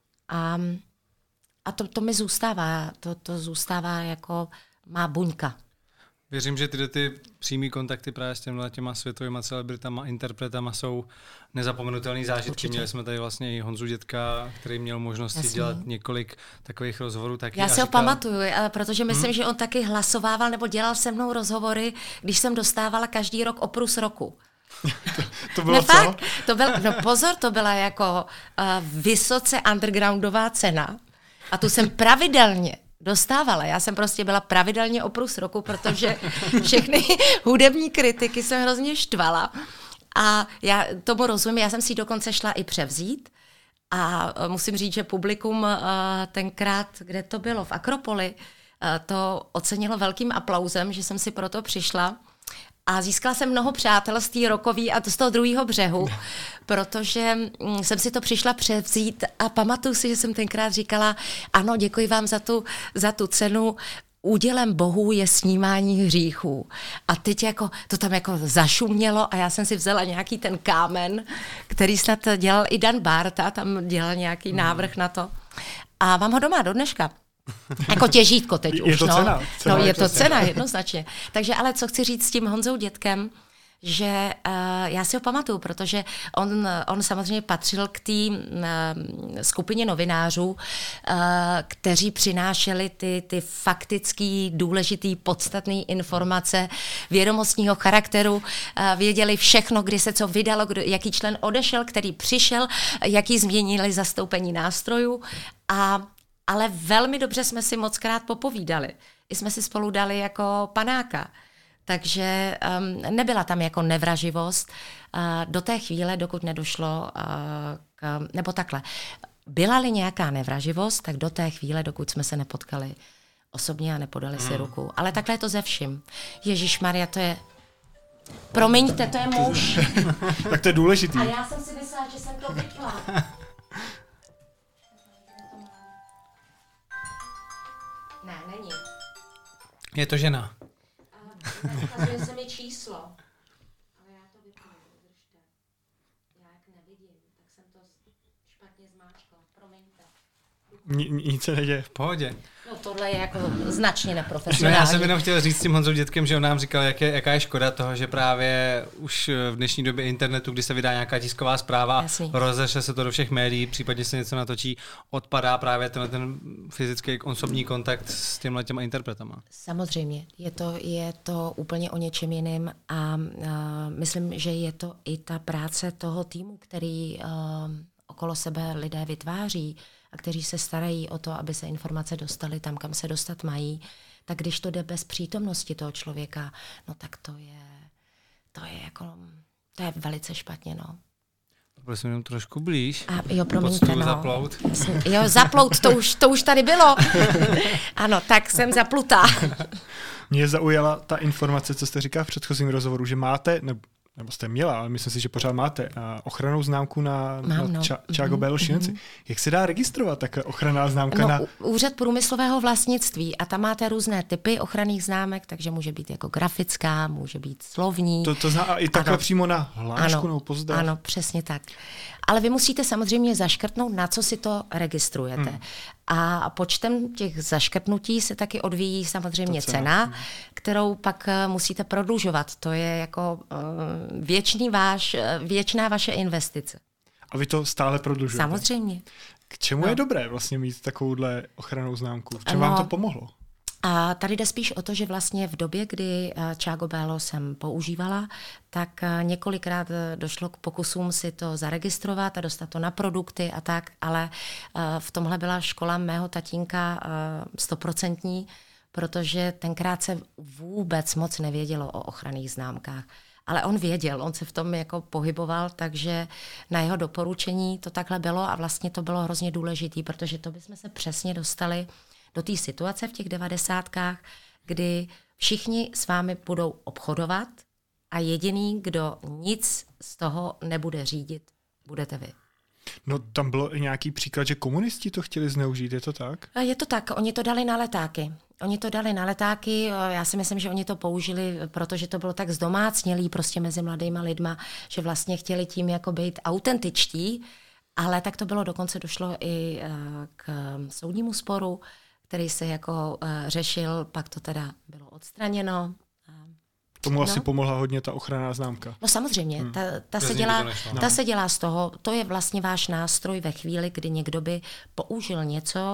A to mi zůstává, to zůstává jako má buňka. Věřím, že ty přímý kontakty právě s těma světovýma celebritama, interpretama jsou nezapomenutelný zážitky. Určitě. Měli jsme tady vlastně i Honzu Dětka, který měl možnosti dělat několik takových rozhovorů. Já si ho pamatuju, protože myslím, že on taky hlasovával nebo dělal se mnou rozhovory, když jsem dostávala každý rok Oprus roku. To bylo co? Fakt, to byla jako vysoce undergroundová cena a tu jsem pravidelně dostávala. Já jsem prostě byla pravidelně Oprus roku, protože všechny hudební kritiky jsem hrozně štvala. A já tomu rozumím, já jsem si dokonce šla i převzít. A musím říct, že publikum tenkrát, kde to bylo, v Akropoli, to ocenilo velkým aplauzem, že jsem si proto přišla. A získala jsem mnoho přátel z té rokový a to z toho druhého břehu, protože jsem si to přišla převzít a pamatuju si, že jsem tenkrát říkala, ano, děkuji vám za tu cenu, údělem bohů je snímání hříchů. A teď jako, to tam jako zašumělo a já jsem si vzala nějaký ten kámen, který snad dělal i Dan Bárta, tam dělal nějaký návrh na to. A mám ho doma do dneška. Jako těžítko teď je už. To cena. Je to cena, jednoznačně. Takže ale co chci říct s tím Honzou Dětkem, že já si ho pamatuju, protože on samozřejmě patřil k té skupině novinářů, kteří přinášeli ty faktický, důležitý, podstatné informace vědomostního charakteru, věděli všechno, kdy se co vydalo, jaký člen odešel, který přišel, jaký změnili zastoupení nástrojů, ale velmi dobře jsme si mockrát popovídali. I jsme si spolu dali jako panáka. Takže nebyla tam jako nevraživost do té chvíle, dokud nedošlo nebo takhle. Byla-li nějaká nevraživost, tak do té chvíle, dokud jsme se nepotkali osobně a nepodali si ruku. Ale takhle je to ze vším. Ježišmarja, to je... Promiňte, to je muž. Tak to je důležitý. A já jsem si myslela, že jsem to vypla. Ne, není. Je to žena. Ukazuje se mi číslo. Ale já to vypnu, držte. Já jak nevidím, tak jsem to špatně zmáčkla. Promiňte. Nic se neděje. V pohodě. No tohle je jako značně No, neprofesionální. já jsem jenom chtěl říct s tím Honzou Dětkem, že on nám říkal, jaká je škoda toho, že právě už v dnešní době internetu, kdy se vydá nějaká tisková zpráva, rozešle se to do všech médií, případně se něco natočí, odpadá právě ten fyzický osobní kontakt s těma interpretama. Samozřejmě, je to úplně o něčem jiném a myslím, že je to i ta práce toho týmu, který okolo sebe lidé vytváří a kteří se starají o to, aby se informace dostaly tam, kam se dostat mají, tak když to jde bez přítomnosti toho člověka, no tak to je velice špatně, no. Prosím, jenom trošku blíž. A jo, promiňte, no. Zaplout. Jo, zaplout, to už tady bylo. Ano, tak jsem zaplutá. Mě zaujala ta informace, co jste říkal v předchozím rozhovoru, že máte, nebo jste měla, ale myslím si, že pořád máte ochrannou známku na Čágo BL Šílenci. Jak se dá registrovat takhle ochranná známka na... Úřad průmyslového vlastnictví a tam máte různé typy ochranných známek, takže může být jako grafická, může být slovní. To zná i takhle přímo na hlášku nebo pozdrav. Ano, přesně tak. Ale vy musíte samozřejmě zaškrtnout, na co si to registrujete. A počtem těch zaškrtnutí se taky odvíjí samozřejmě cena, kterou pak musíte prodlužovat. To je jako věčná vaše investice. A vy to stále prodlužujete? Samozřejmě. K čemu je dobré vlastně mít takovouhle ochrannou známku? V čem vám to pomohlo? A tady jde spíš o to, že vlastně v době, kdy Čágo BL jsem používala, tak několikrát došlo k pokusům si to zaregistrovat a dostat to na produkty a tak, ale v tomhle byla škola mého tatínka 100%, protože tenkrát se vůbec moc nevědělo o ochranných známkách. Ale on věděl, on se v tom jako pohyboval, takže na jeho doporučení to takhle bylo a vlastně to bylo hrozně důležité, protože to bychom se přesně dostali do té situace v těch 90kách, kdy všichni s vámi budou obchodovat a jediný, kdo nic z toho nebude řídit, budete vy. No tam bylo i nějaký příklad, že komunisti to chtěli zneužít, je to tak? Je to tak, oni to dali na letáky. Já si myslím, že oni to použili, protože to bylo tak zdomácnělý prostě mezi mladýma lidma, že vlastně chtěli tím jako být autentičtí, ale tak to bylo, dokonce došlo i k soudnímu sporu, který se jako řešil, pak to teda bylo odstraněno. Tomu asi pomohla hodně ta ochranná známka. No samozřejmě, ta se dělá z toho, to je vlastně váš nástroj ve chvíli, kdy někdo by použil něco,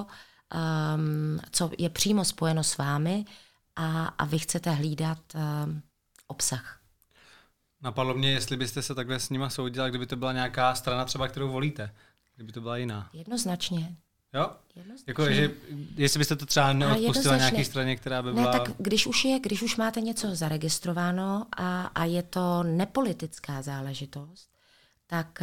co je přímo spojeno s vámi a vy chcete hlídat obsah. Napadlo mě, jestli byste se takhle s nima soudila, kdyby to byla nějaká strana třeba, kterou volíte, kdyby to byla jiná. Jednoznačně. Jo? Jako, že jestli byste to třeba neodpustila nějaký straně, která by byla... Ne, tak když už máte něco zaregistrováno a je to nepolitická záležitost, tak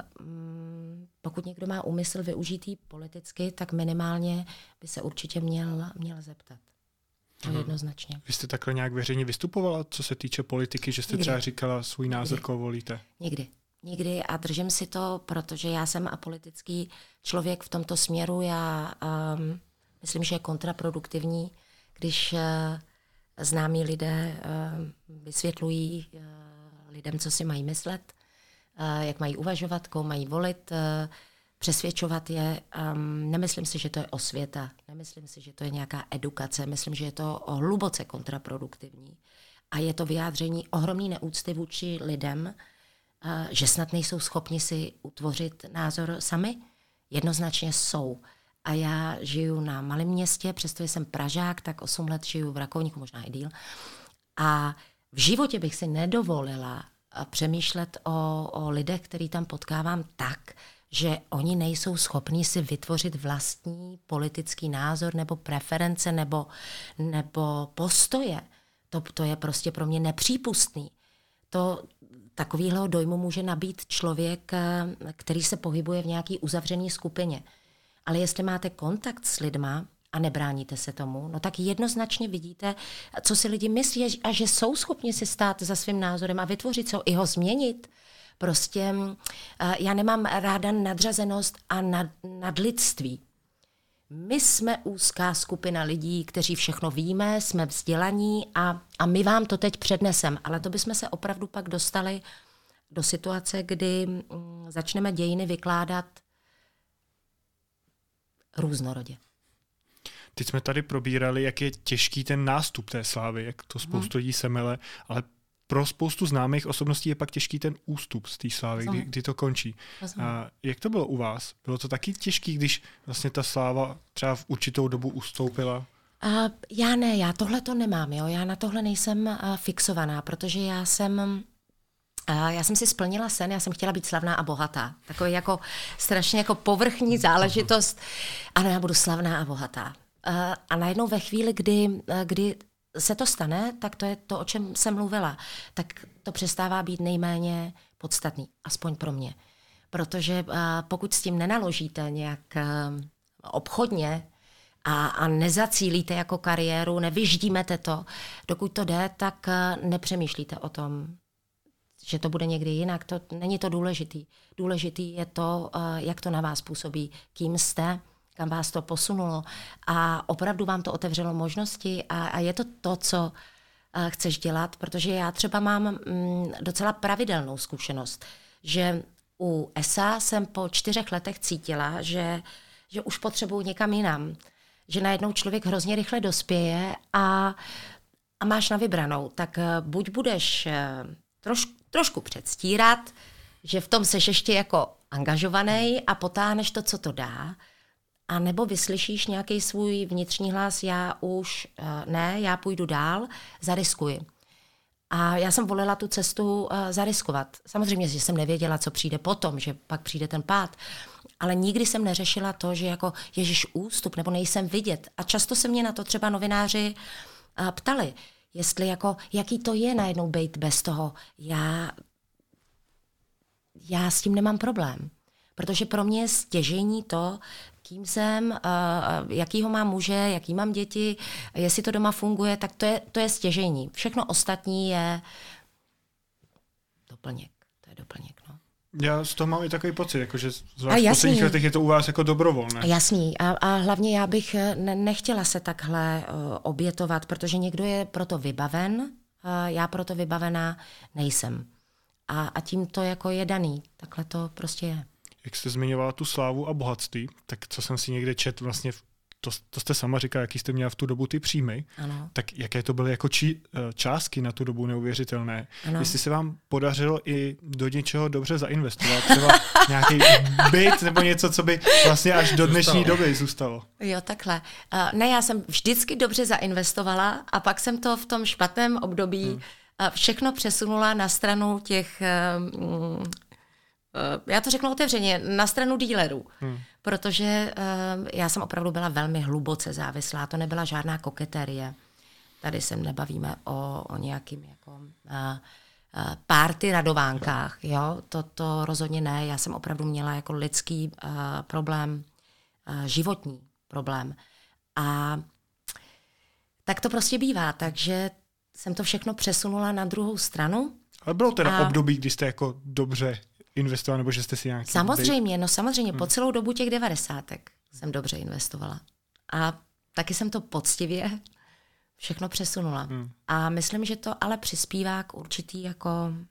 pokud někdo má úmysl využít ji politicky, tak minimálně by se určitě měl zeptat. To jednoznačně. Vy jste takhle nějak veřejně vystupovala, co se týče politiky, že jste třeba říkala svůj názor, koho volíte? Nikdy a držím si to, protože já jsem apolitický člověk v tomto směru. Já myslím, že je kontraproduktivní, když známí lidé vysvětlují lidem, co si mají myslet, jak mají uvažovat, koho mají volit, přesvědčovat je. Nemyslím si, že to je osvěta, nemyslím si, že to je nějaká edukace, myslím, že je to hluboce kontraproduktivní. a je to vyjádření ohromné neúcty vůči lidem, že snad nejsou schopni si utvořit názor sami. Jednoznačně jsou. A já žiju na malém městě, přestože jsem Pražák, tak 8 let žiju v Rakovníku, možná i díl. A v životě bych si nedovolila přemýšlet o lidech, který tam potkávám tak, že oni nejsou schopni si vytvořit vlastní politický názor nebo preference nebo postoje. To je prostě pro mě nepřípustný. Takovýhleho dojmu může nabít člověk, který se pohybuje v nějaký uzavřené skupině. Ale jestli máte kontakt s lidma a nebráníte se tomu, no tak jednoznačně vidíte, co si lidi myslí a že jsou schopni si stát za svým názorem a vytvořit se i ho změnit. Prostě já nemám ráda nadřazenost a nadlidství. My jsme úzká skupina lidí, kteří všechno víme, jsme vzdělaní a my vám to teď přednesem. Ale to bychom se opravdu pak dostali do situace, kdy začneme dějiny vykládat různorodě. Teď jsme tady probírali, jak je těžký ten nástup té slávy, jak to spoustu lidí semele, ale pro spoustu známých osobností je pak těžký ten ústup z té slávy, kdy to končí. A jak to bylo u vás? Bylo to taky těžký, když vlastně ta sláva třeba v určitou dobu ustoupila? Já tohle to nemám, jo? Já na tohle nejsem fixovaná, protože já jsem si splnila sen, já jsem chtěla být slavná a bohatá. Takový jako strašně jako povrchní záležitost. Ano, já budu slavná a bohatá. A najednou ve chvíli, kdy se to stane, tak to je to, o čem jsem mluvila. Tak to přestává být nejméně podstatný, aspoň pro mě. Protože pokud s tím nenaložíte nějak obchodně a nezacílíte jako kariéru, nevyždímete to, dokud to jde, tak nepřemýšlíte o tom, že to bude někdy jinak. Není to důležitý. Důležitý je to, jak to na vás působí, kým jste, kam vás to posunulo a opravdu vám to otevřelo možnosti a je to, co chceš dělat, protože já třeba mám docela pravidelnou zkušenost, že u ESA jsem po 4 letech cítila, že už potřebuji někam jinam, že najednou člověk hrozně rychle dospěje a máš na vybranou, tak buď budeš trošku předstírat, že v tom seš ještě jako angažovaný a potáhneš to, co to dá, a nebo vyslyšíš nějaký svůj vnitřní hlas, já už ne, já půjdu dál, zariskuji. A já jsem volila tu cestu zariskovat. Samozřejmě, že jsem nevěděla, co přijde potom, že pak přijde ten pád, ale nikdy jsem neřešila to, že jako ježiš ústup, nebo nejsem vidět. A často se mě na to třeba novináři ptali, jestli jako, jaký to je najednou být bez toho. Já s tím nemám problém. Protože pro mě je stěžejní to, kým jsem, jakýho mám muže, jaký mám děti, jestli to doma funguje, tak to je stěžejní. Všechno ostatní je doplněk. To je doplněk, no. Já z toho mám i takový pocit, jako že zvlášť v posledních letech je to u vás jako dobrovolné. Jasný. A hlavně já bych nechtěla se takhle obětovat, protože někdo je proto vybaven, já proto vybavená nejsem. A tím to jako je daný. Takhle to prostě je. Jak jste zmiňovala tu slávu a bohatství, tak co jsem si někde četl, vlastně to jste sama říkala, jaký jste měla v tu dobu ty příjmy, ano. Tak jaké to byly jako částky na tu dobu neuvěřitelné. Ano. Jestli se vám podařilo i do něčeho dobře zainvestovat, třeba nějaký byt nebo něco, co by vlastně až do dnešní doby zůstalo. Jo, takhle. Ne, já jsem vždycky dobře zainvestovala a pak jsem to v tom špatném období všechno přesunula na stranu těch... já to řeknu otevřeně, na stranu dílerů, protože já jsem opravdu byla velmi hluboce závislá, to nebyla žádná koketerie. Tady se nebavíme o nějakým jako party radovánkách, jo? To rozhodně ne, já jsem opravdu měla jako lidský problém, životní problém. A tak to prostě bývá, takže jsem to všechno přesunula na druhou stranu. Ale bylo teda období, kdy jste jako dobře investovala, nebo že jste si nějaký... Samozřejmě, po celou dobu těch 90. jsem dobře investovala. A taky jsem to poctivě všechno přesunula. A myslím, že to ale přispívá k určitý jako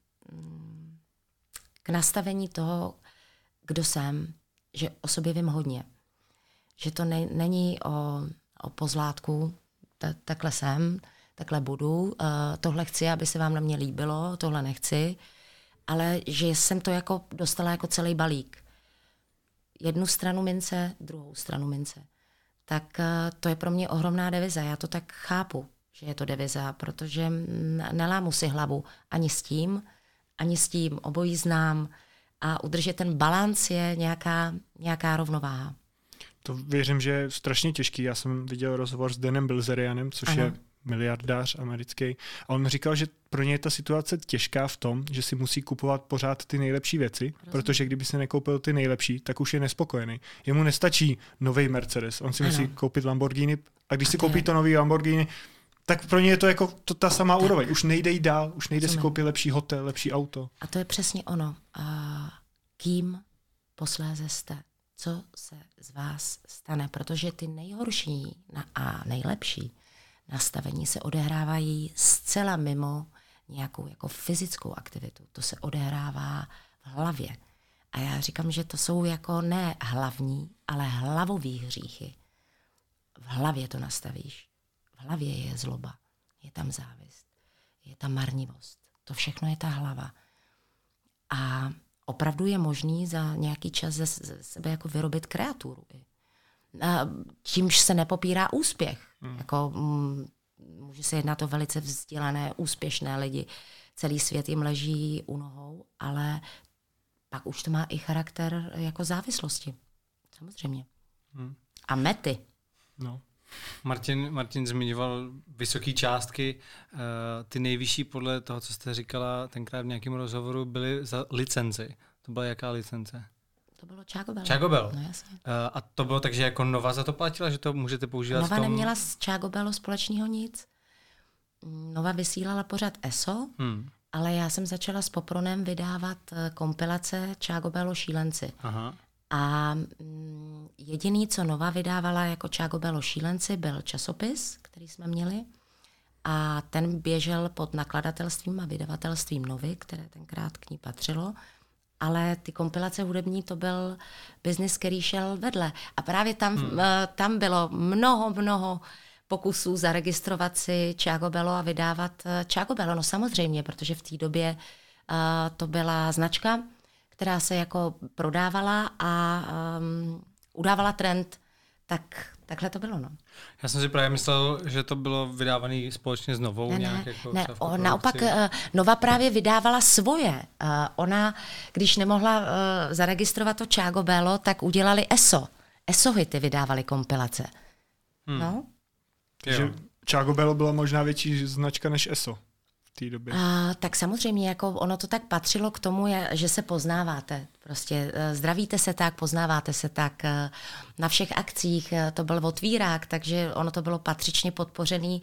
k nastavení toho, kdo jsem, že o sobě vím hodně. Že to není o pozlátku, takhle jsem, takhle budu, tohle chci, aby se vám na mě líbilo, tohle nechci, ale že jsem to jako dostala jako celý balík. Jednu stranu mince, druhou stranu mince. Tak to je pro mě ohromná deviza. Já to tak chápu, že je to deviza, protože nelámu si hlavu ani s tím, obojí znám a udržet ten balanc je nějaká rovnováha. To věřím, že je strašně těžký. Já jsem viděl rozhovor s Danem Bilzerianem, což je miliardář americký. A on mi říkal, že pro ně je ta situace těžká v tom, že si musí kupovat pořád ty nejlepší věci, protože kdyby si nekoupil ty nejlepší, tak už je nespokojený. Jemu nestačí nový Mercedes, on si musí koupit Lamborghini a když si koupí to nový Lamborghini, tak pro ně je to jako ta samá úroveň. Už nejde jít dál, už nejde si koupit lepší hotel, lepší auto. A to je přesně ono. Kým posléze jste? Co se z vás stane? Protože ty nejhorší a nejlepší nastavení se odehrávají zcela mimo nějakou jako fyzickou aktivitu. To se odehrává v hlavě. A já říkám, že to jsou jako ne hlavní, ale hlavový hříchy. V hlavě to nastavíš. V hlavě je zloba, je tam závist, je tam marnivost. To všechno je ta hlava. A opravdu je možný za nějaký čas ze sebe jako vyrobit kreaturu. Čímž se nepopírá úspěch. Jako, může se jednat o velice vzdělané, úspěšné lidi. Celý svět jim leží u nohou, ale pak už to má i charakter jako závislosti. Samozřejmě. A mety. No. Martin zmiňoval vysoké částky. Ty nejvyšší podle toho, co jste říkala tenkrát v nějakém rozhovoru, byly za licenci. To byla jaká licence? To bylo Čágobel. Čágobel. No jasně. A to bylo tak, že jako Nova za to platila, že to můžete používat Nova v tom? neměla s Čágobelu společného nic. Nova vysílala pořád ESO, ale já jsem začala s Popronem vydávat kompilace Čágobelo šílenci. Aha. A jediný, co Nova vydávala jako Čágobelo šílenci, byl časopis, který jsme měli. A ten běžel pod nakladatelstvím a vydavatelstvím Novy, které tenkrát k ní patřilo. Ale ty kompilace hudební, to byl biznis, který šel vedle. A právě tam bylo mnoho pokusů zaregistrovat si Čágobelo a vydávat Čágobelo. No samozřejmě, protože v té době to byla značka, která se jako prodávala a udávala trend, takhle to bylo. No. Já jsem si právě myslel, že to bylo vydávané společně s Novou. Naopak Nova právě vydávala svoje. Ona, když nemohla zaregistrovat to Čágobelo, tak udělali ESO. ESO hity vydávali kompilace. No. Takže Čágobelo byla možná větší značka než ESO. Té době. Tak samozřejmě, jako ono to tak patřilo k tomu, že se poznáváte. Prostě zdravíte se tak, poznáváte se tak. Na všech akcích to byl otvírák, takže ono to bylo patřičně podpořený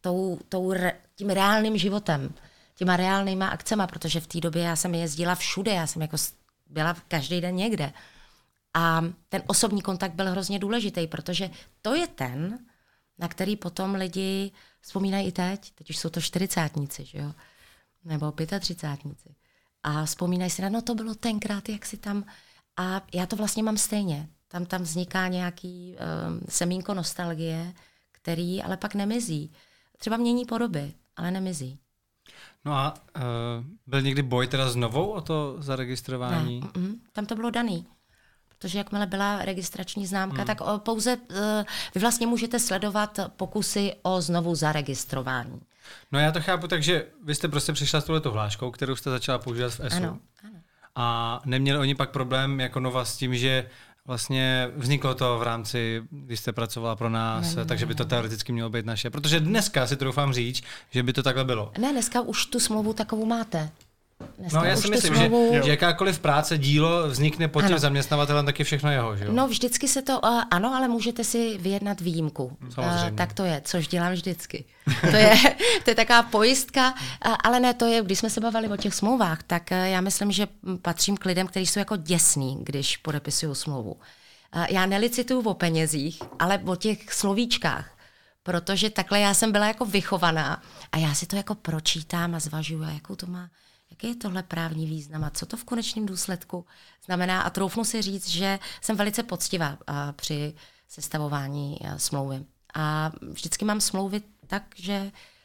tím reálným životem, těma reálnýma akcema, protože v té době já jsem jezdila všude, já jsem jako byla každý den někde. A ten osobní kontakt byl hrozně důležitý, protože to je ten, na který potom lidi vzpomínají i teď. Teď už jsou to 40tníci, že jo? Nebo 35tníci. A vzpomínají si no to bylo tenkrát, jak si tam... A já to vlastně mám stejně. Tam vzniká nějaký semínko nostalgie, který ale pak nemizí. Třeba mění podoby, ale nemizí. No a byl někdy boj teda s Novou o to zaregistrování? Ne, tam to bylo daný. Protože jakmile byla registrační známka, tak pouze vy vlastně můžete sledovat pokusy o znovu zaregistrování. No já to chápu tak, že vy jste prostě přišla s touhletou hláškou, kterou jste začala používat v ESU. Ano. A neměli oni pak problém jako Nova s tím, že vlastně vzniklo to v rámci, když jste pracovala pro nás, takže by to teoreticky mělo být naše. Protože dneska si troufám říct, že by to takhle bylo. Ne, dneska už tu smlouvu takovou máte. No já si myslím, že jakákoliv práce, dílo vznikne pod tím zaměstnavatelem, tak je všechno jeho, že jo? No vždycky se to, ano, ale můžete si vyjednat výjimku. Tak to je, což dělám vždycky. To je taková pojistka, ale ne, to je, když jsme se bavili o těch smlouvách, tak já myslím, že patřím k lidem, kteří jsou jako děsní, když podepisují smlouvu. Já nelicituju o penězích, ale o těch slovíčkách. Protože takhle já jsem byla jako vychovaná a já si to jako pročítám a zvažuju, jakou to má. Jaký je tohle právní význam a co to v konečném důsledku znamená? A troufnu si říct, že jsem velice poctivá při sestavování smlouvy. A vždycky mám smlouvy tak, že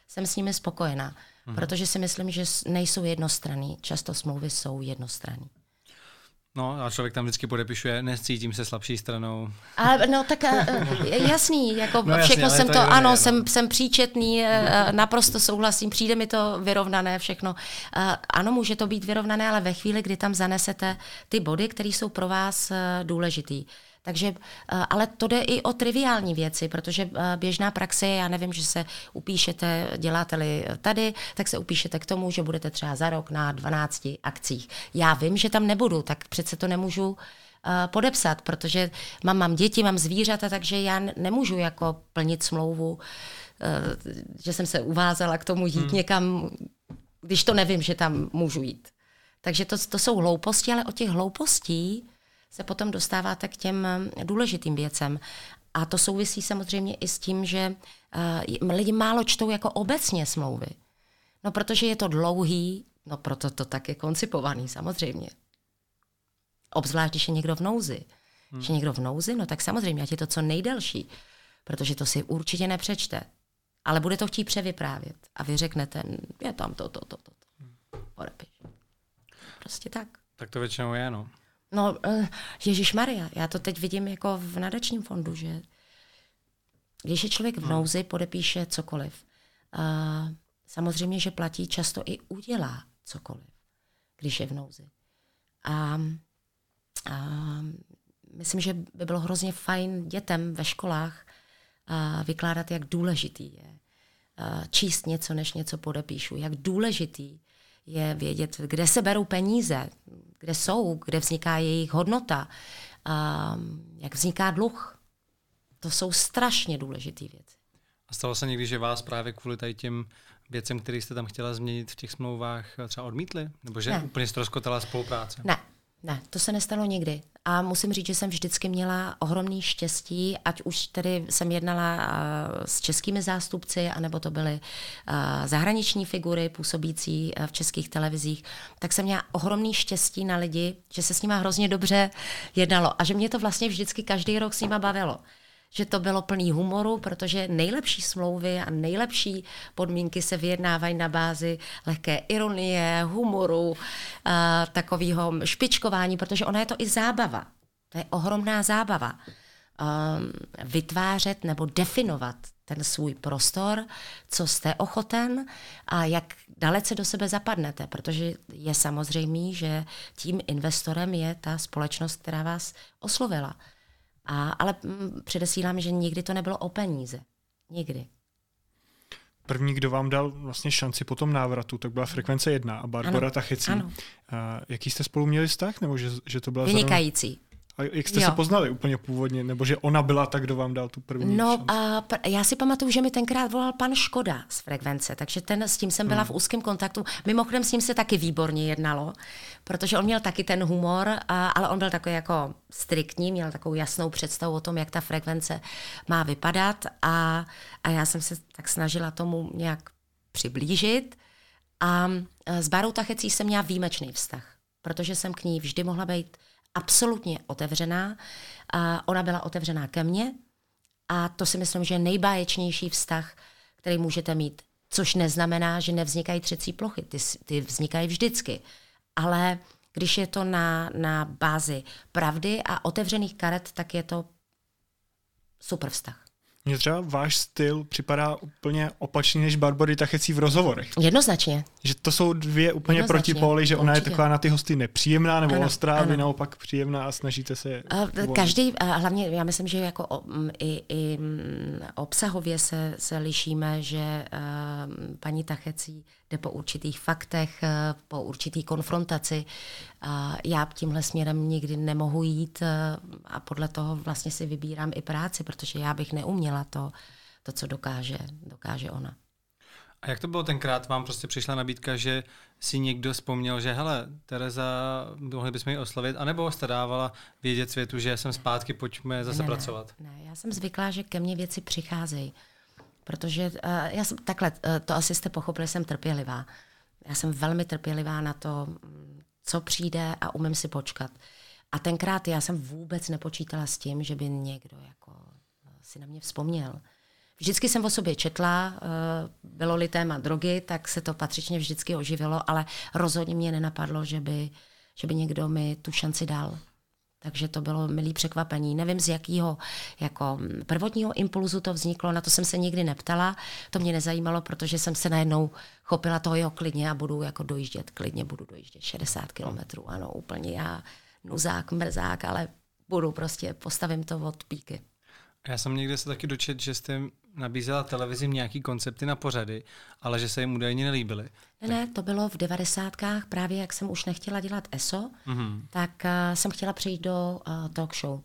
jsem s nimi spokojená, protože si myslím, že nejsou jednostranný. Často smlouvy jsou jednostranný. No a člověk tam vždycky podepišuje, necítím se slabší stranou. Ale no tak jasný, jako no, všechno jasný, jsem to to, ironie, ano, no. jsem příčetný, naprosto souhlasím, přijde mi to vyrovnané všechno. Ano, může to být vyrovnané, ale ve chvíli, kdy tam zanesete ty body, které jsou pro vás důležitý. Takže, ale to jde i o triviální věci, protože běžná praxe je, já nevím, že se upíšete, děláte-li tady, tak se upíšete k tomu, že budete třeba za rok na 12 akcích. Já vím, že tam nebudu, tak přece to nemůžu podepsat, protože mám děti, mám zvířata, takže já nemůžu jako plnit smlouvu, že jsem se uvázala k tomu jít někam, když to nevím, že tam můžu jít. Takže to jsou hlouposti, ale od těch hloupostí se potom dostáváte k těm důležitým věcem. A to souvisí samozřejmě i s tím, že lidi málo čtou jako obecně smlouvy. No protože je to dlouhý, no proto to tak je koncipovaný samozřejmě. Obzvlášť, když je někdo v nouzi. Když je někdo v nouzi, no tak samozřejmě, ať je to co nejdelší, protože to si určitě nepřečte. Ale bude to chtít převyprávět. A vy řeknete, je tam to. Podepiš. Prostě tak. Tak to většinou je, no. No, ježišmarja, já to teď vidím jako v nadačním fondu, že když je člověk v nouzi, podepíše cokoliv. Samozřejmě, že platí, často i udělá cokoliv, když je v nouzi. A myslím, že by bylo hrozně fajn dětem ve školách vykládat, jak důležitý je číst něco, než něco podepíšu. Jak důležitý je vědět, kde se berou peníze, kde jsou, kde vzniká jejich hodnota, jak vzniká dluh. To jsou strašně důležité věci. A stalo se někdy, že vás právě kvůli tady těm věcem, které jste tam chtěla změnit v těch smlouvách, třeba odmítli? Nebo že úplně ztroskotala spolupráce? Ne, to se nestalo nikdy. A musím říct, že jsem vždycky měla ohromný štěstí, ať už tedy jsem jednala s českými zástupci, anebo to byly zahraniční figury působící v českých televizích, tak jsem měla ohromný štěstí na lidi, že se s nima hrozně dobře jednalo a že mě to vlastně vždycky každý rok s nima bavilo. Že to bylo plný humoru, protože nejlepší smlouvy a nejlepší podmínky se vyjednávají na bázi lehké ironie, humoru, takového špičkování, protože ona je to i zábava. To je ohromná zábava. Vytvářet nebo definovat ten svůj prostor, co jste ochoten a jak dalece do sebe zapadnete, protože je samozřejmé, že tím investorem je ta společnost, která vás oslovila. Ale předesílám, že nikdy to nebylo o peníze. Nikdy. První, kdo vám dal vlastně šanci po tom návratu, tak byla Frekvence 1 a Barbora Tachecí. Jaký jste spolu měli vztah? Nebo že to byla vynikající. A jak jste se poznali úplně původně? Nebo že ona byla ta, kdo vám dal tu první šanci? Já si pamatuju, že mi tenkrát volal pan Škoda z Frekvence, takže s tím jsem byla v úzkém kontaktu. Mimochodem s ním se taky výborně jednalo, protože on měl taky ten humor, ale on byl takový jako striktní, měl takovou jasnou představu o tom, jak ta frekvence má vypadat a já jsem se tak snažila tomu nějak přiblížit. A s Bárou Tachecí jsem měla výjimečný vztah, protože jsem k ní vždy mohla být absolutně otevřená. A ona byla otevřená ke mně a to si myslím, že je nejbáječnější vztah, který můžete mít. Což neznamená, že nevznikají třecí plochy. Ty vznikají vždycky. Ale když je to na bázi pravdy a otevřených karet, tak je to super vztah. Mně třeba váš styl připadá úplně opačný než Barbory Tachecí v rozhovorech. Jednoznačně. Že to jsou dvě úplně protipóly, že ona je taková na ty hosty nepříjemná nebo ostrá, vy naopak příjemná a snažíte se... Každý, hlavně já myslím, že jako i obsahově se lišíme, že paní Tachecí jde po určitých faktech, po určitý konfrontaci. Já tímhle směrem nikdy nemohu jít a podle toho vlastně si vybírám i práci, protože já bych neuměla to co dokáže ona. A jak to bylo tenkrát? Vám prostě přišla nabídka, že si někdo vzpomněl, že hele, Tereza, mohli bychom ji oslovit, anebo jste dávala vědět světu, že jsem zpátky, pojďme zase pracovat? Ne, já jsem zvyklá, že ke mně věci přicházejí. Protože já jsem takhle, to asi jste pochopili, jsem trpělivá. Já jsem velmi trpělivá na to, co přijde a umím si počkat. A tenkrát já jsem vůbec nepočítala s tím, že by někdo jako si na mě vzpomněl. vždycky jsem o sobě četla, bylo-li téma drogy, tak se to patřičně vždycky oživilo, ale rozhodně mě nenapadlo, že by někdo mi tu šanci dal. Takže to bylo milý překvapení. Nevím, z jakého jako prvotního impulzu to vzniklo, na to jsem se nikdy neptala. To mě nezajímalo, protože jsem se najednou chopila toho, jo, klidně a budu jako klidně budu dojíždět 60 kilometrů. Ano, úplně já, nuzák, mrzák, ale postavím to od píky. Já jsem někde se taky dočet, že jste nabízela televizím nějaký koncepty na pořady, ale že se jim údajně nelíbily. Ne, to bylo v 90kách, právě jak jsem už nechtěla dělat ESO, tak jsem chtěla přejít do talk show.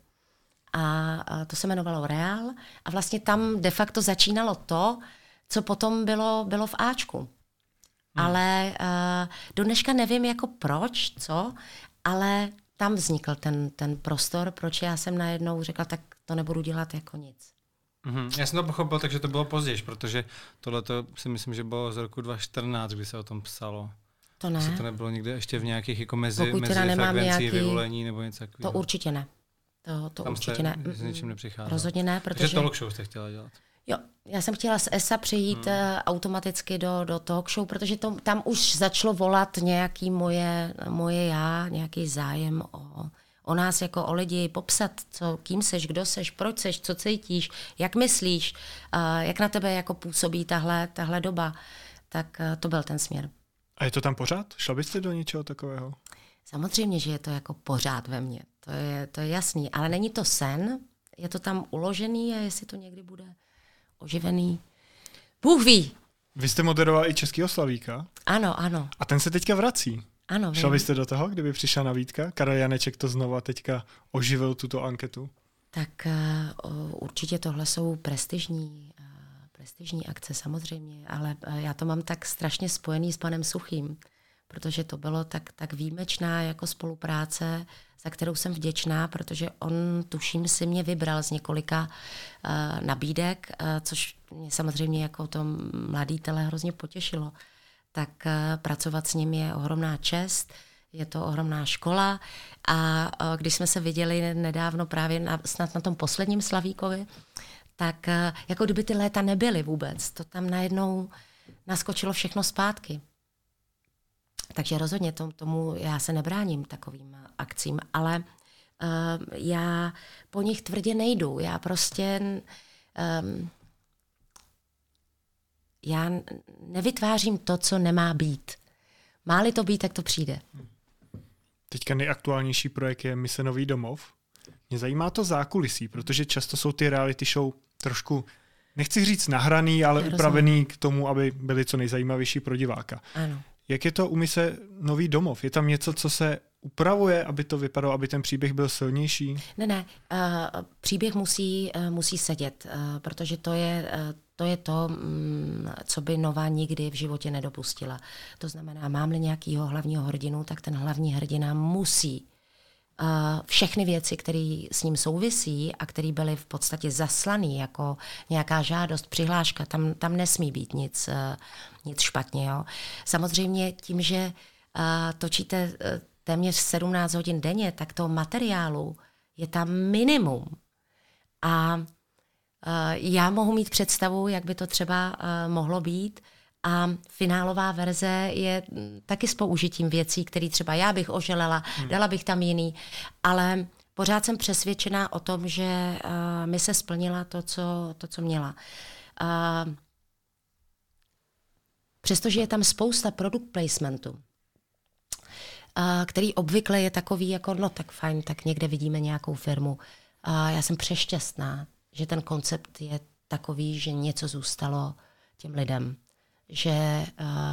A to se jmenovalo Real a vlastně tam de facto začínalo to, co potom bylo v Ačku. Ale do dneška nevím jako proč, co, ale tam vznikl ten prostor, proč já jsem najednou řekla, tak to nebudu dělat jako nic. Já jsem to pochopil, takže to bylo později, protože tohleto si myslím, že bylo z roku 2014, kdy se o tom psalo. To ne. Se to nebylo někde ještě v nějakých jako mezi frekvencí vyvolení nebo něco takového? To určitě ne. To tam určitě ne. S ničím nepřicházelo. Rozhodně ne, protože... Takže talk show jste chtěla dělat. Jo, já jsem chtěla z ESA přejít automaticky do talk show, protože tam už začalo volat nějaký moje já, nějaký zájem o nás jako o lidi, popsat, kým seš, kdo seš, proč seš, co cítíš, jak myslíš, jak na tebe jako působí tahle doba. Tak to byl ten směr. A je to tam pořád? Šla byste do něčeho takového? Samozřejmě, že je to jako pořád ve mně. To je jasný, ale není to sen, je to tam uložený a jestli to někdy bude oživený. Bůh ví. Vy jste moderoval i Českýho Slavíka. Ano. A ten se teďka vrací. Ano. Šla byste do toho, kdyby přišla nabídka? Karel Janeček to znova teďka oživil tuto anketu. Tak určitě tohle jsou prestižní akce samozřejmě, ale já to mám tak strašně spojený s panem Suchým, protože to bylo tak výjimečná jako spolupráce, za kterou jsem vděčná, protože on, tuším, si mě vybral z několika nabídek, což mě samozřejmě jako to mladý tele hrozně potěšilo. Tak pracovat s ním je ohromná čest, je to ohromná škola a když jsme se viděli nedávno právě snad na tom posledním Slavíkovi, tak jako kdyby ty léta nebyly vůbec, to tam najednou naskočilo všechno zpátky. Takže rozhodně tomu já se nebráním takovým akcím, ale já po nich tvrdě nejdu. Já prostě já nevytvářím to, co nemá být. Má-li to být, tak to přijde. Teďka nejaktuálnější projekt je Mise Nový domov. Mě zajímá to zákulisí, protože často jsou ty reality show trošku, nechci říct nahraný, ale upravený k tomu, aby byly co nejzajímavější pro diváka. Ano. Jak je to u Mise Nový domov? Je tam něco, co se upravuje, aby to vypadalo, aby ten příběh byl silnější? Ne. Příběh musí sedět, protože to je to, co by Nová nikdy v životě nedopustila. To znamená, mám-li nějakého hlavního hrdinu, tak ten hlavní hrdina musí všechny věci, které s ním souvisí a které byly v podstatě zaslané jako nějaká žádost, přihláška, tam nesmí být nic špatně. Jo. Samozřejmě tím, že točíte téměř 17 hodin denně, tak toho materiálu je tam minimum. A já mohu mít představu, jak by to třeba mohlo být, a finálová verze je taky s použitím věcí, které třeba já bych oželela, dala bych tam jiný, ale pořád jsem přesvědčená o tom, že mi se splnila to, co měla. Přestože je tam spousta product placementu, který obvykle je takový jako, no tak fajn, tak někde vidíme nějakou firmu. Já jsem přešťastná, že ten koncept je takový, že něco zůstalo těm lidem. Že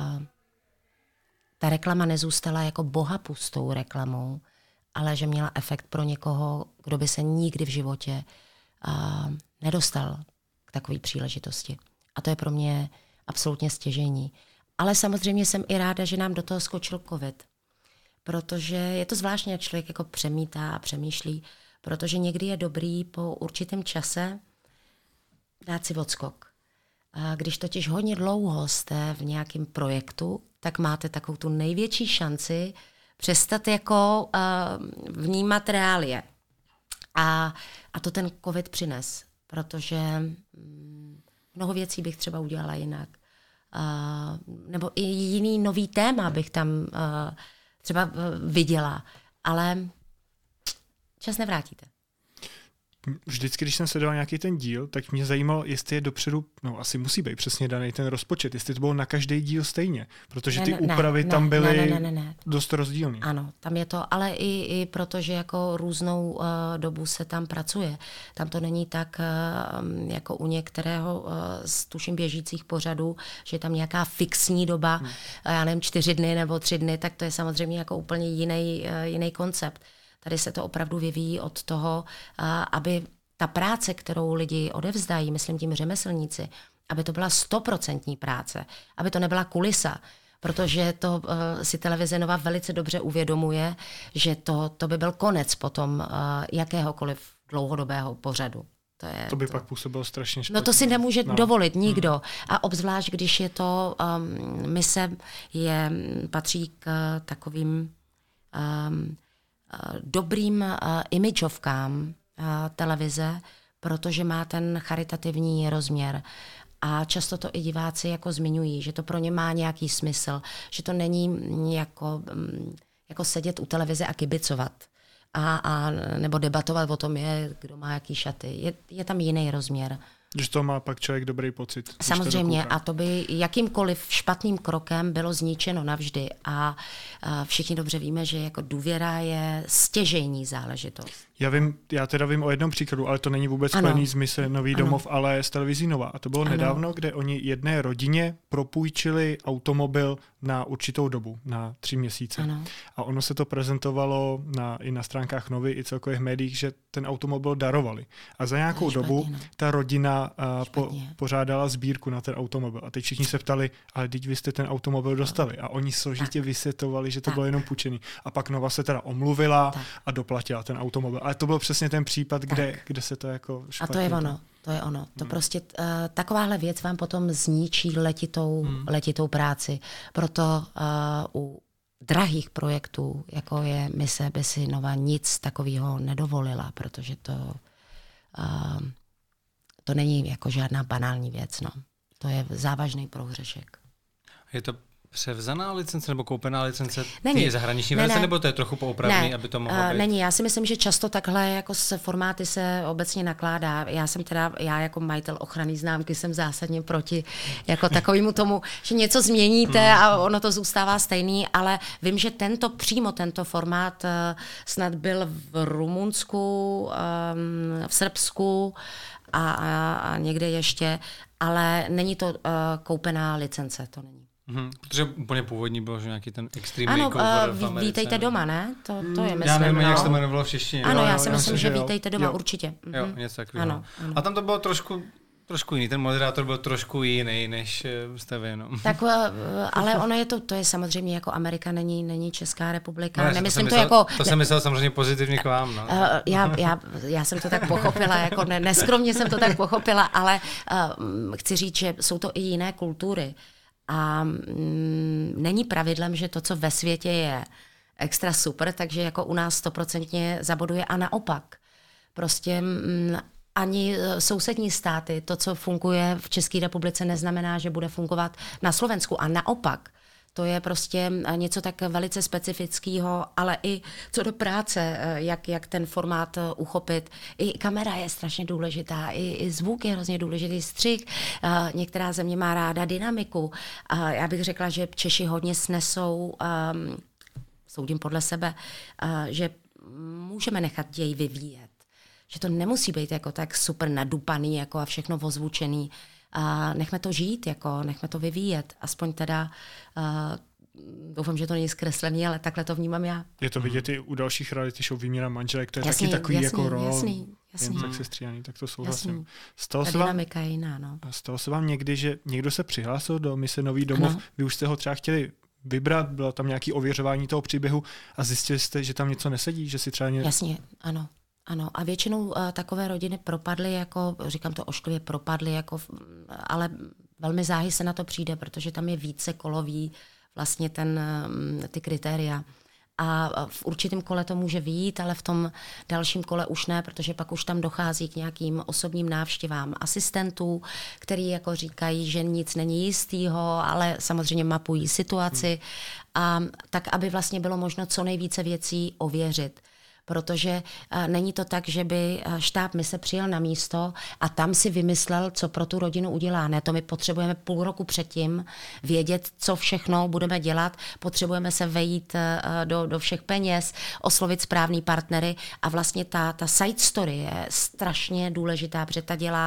ta reklama nezůstala jako bohapustou reklamou, ale že měla efekt pro někoho, kdo by se nikdy v životě nedostal k takové příležitosti. A to je pro mě absolutně stěžejní. Ale samozřejmě jsem i ráda, že nám do toho skočil covid. Protože je to zvláštně, jak člověk jako přemítá a přemýšlí, protože někdy je dobrý po určitém čase dát si odskok. A když totiž hodně dlouho jste v nějakém projektu, tak máte takovou tu největší šanci přestat jako vnímat reálie. A to ten covid přines, protože Mnoho věcí bych třeba udělala jinak. Nebo i jiný nový téma bych tam třeba viděla. Ale čas nevrátíte. Vždycky, když jsem sledoval nějaký ten díl, tak mě zajímalo, jestli je dopředu, asi musí být přesně daný ten rozpočet, jestli to bylo na každý díl stejně, protože ty úpravy tam byly dost rozdílné. Ano, tam je to, ale i protože jako různou dobu se tam pracuje. Tam to není tak jako u některého z tuším běžících pořadů, že je tam nějaká fixní doba, já nevím, 4 dny nebo 3 dny, tak to je samozřejmě jako úplně jiný koncept. Tady se to opravdu vyvíjí od toho, aby ta práce, kterou lidi odevzdají, myslím tím řemeslníci, aby to byla 100% práce, aby to nebyla kulisa, protože to si televize Nova velice dobře uvědomuje, že to by byl konec potom jakéhokoliv dlouhodobého pořadu. To by pak působilo strašně špatně. No to si nemůže dovolit nikdo. A obzvlášť, když je to mise patří k takovým dobrým imidžovkám televize, protože má ten charitativní rozměr. A často to i diváci jako zmiňují, že to pro ně má nějaký smysl, že to není jako sedět u televize a kibicovat. Nebo debatovat o tom, kdo má jaký šaty. Je tam jiný rozměr. Že to má pak člověk dobrý pocit. Samozřejmě a to by jakýmkoliv špatným krokem bylo zničeno navždy a všichni dobře víme, že jako důvěra je stěžejní záležitost. Já teda vím o jednom příkladu, ale to není vůbec spojený z mise Nový domov, ale z televizí Nova. A to bylo nedávno, kde oni jedné rodině propůjčili automobil na určitou dobu, na 3 měsíce. Ano. A ono se to prezentovalo i na stránkách Novy, i celkových médiích, že ten automobil darovali. A za nějakou dobu ta rodina pořádala sbírku na ten automobil. A teď všichni se ptali, ale teď vy jste ten automobil dostali. A oni složitě vysvětlovali, že to bylo jenom půjčený. A pak Nova se teda omluvila a doplatila ten automobil. Ale to byl přesně ten případ, kde se to jako špatně... A to je ono. To prostě takováhle věc vám potom zničí letitou práci. Proto u drahých projektů, jako je mise, by si Nova nic takového nedovolila, protože to není jako žádná banální věc. No. To je závažný prohřešek. Je to převzaná licence nebo koupená licence ty zahraniční verze, nebo to je trochu poopravný, aby to mohlo být? Není, já si myslím, že často takhle jako s formáty se obecně nakládá. Já jako majitel ochranné známky jsem zásadně proti jako takovému tomu, že něco změníte a ono to zůstává stejný, ale vím, že přímo tento formát snad byl v Rumunsku, v Srbsku a někde ještě, ale není to koupená licence, to není. Protože úplně původní bylo, že nějaký ten extreme makeover v Americe. Vítejte doma, ne? To je myslím. Já nevím, jak se to jmenovalo v češtině. Ano, já si myslím, že vítejte doma, určitě. Jo, něco takového. Ano. A tam to bylo trošku jiný, ten moderátor byl trošku jiný, než jste vy. No. Tak, ale ono je to je samozřejmě jako Amerika, není Česká republika. No, nemyslím to jsem myslel samozřejmě pozitivně k vám. No. Já jsem to tak pochopila, jako neskromně jsem to tak pochopila, ale chci říct, že jsou to i jiné kultury. A není pravidlem, že to, co ve světě je extra super, takže jako u nás 100% zaboduje a naopak. Prostě ani sousední státy, to, co funguje v České republice, neznamená, že bude fungovat na Slovensku a naopak. To je prostě něco tak velice specifického, ale i co do práce, jak ten formát uchopit. I kamera je strašně důležitá, i zvuk je hrozně důležitý, střih. Některá země má ráda dynamiku. Já bych řekla, že Češi hodně snesou, soudím podle sebe, že můžeme nechat děj vyvíjet. Že to nemusí být jako tak super nadupaný jako a všechno ozvučený. A nechme to žít, nechme to vyvíjet. Aspoň teda doufám, že to není zkreslený, ale takhle to vnímám já. Je to vidět i u dalších reality show Výměna manželek, to je taky takový jako rol. Jasný. Tak se stříhaný, tak to souhlasím. Ta dynamika je jiná, no. Stalo se vám někdy, že někdo se přihlásil do mise Nový domov, vy už jste ho třeba chtěli vybrat, bylo tam nějaké ověřování toho příběhu a zjistili jste, že tam něco nesedí, že si třeba... Jasně, ano. Ano, a většinou takové rodiny propadly, jako, říkám to ošklivě, propadly, jako, ale velmi záhy se na to přijde, protože tam je více kolový vlastně ty kritéria. a v určitém kole to může vyjít, ale v tom dalším kole už ne, protože pak už tam dochází k nějakým osobním návštěvám asistentů, který jako říkají, že nic není jistýho, ale samozřejmě mapují situaci a tak, aby vlastně bylo možno co nejvíce věcí ověřit. Protože není to tak, že by štáb mise přijel na místo a tam si vymyslel, co pro tu rodinu udělá. Ne, to my potřebujeme půl roku předtím vědět, co všechno budeme dělat, potřebujeme se vejít do všech peněz, oslovit správný partnery a vlastně ta side story je strašně důležitá, protože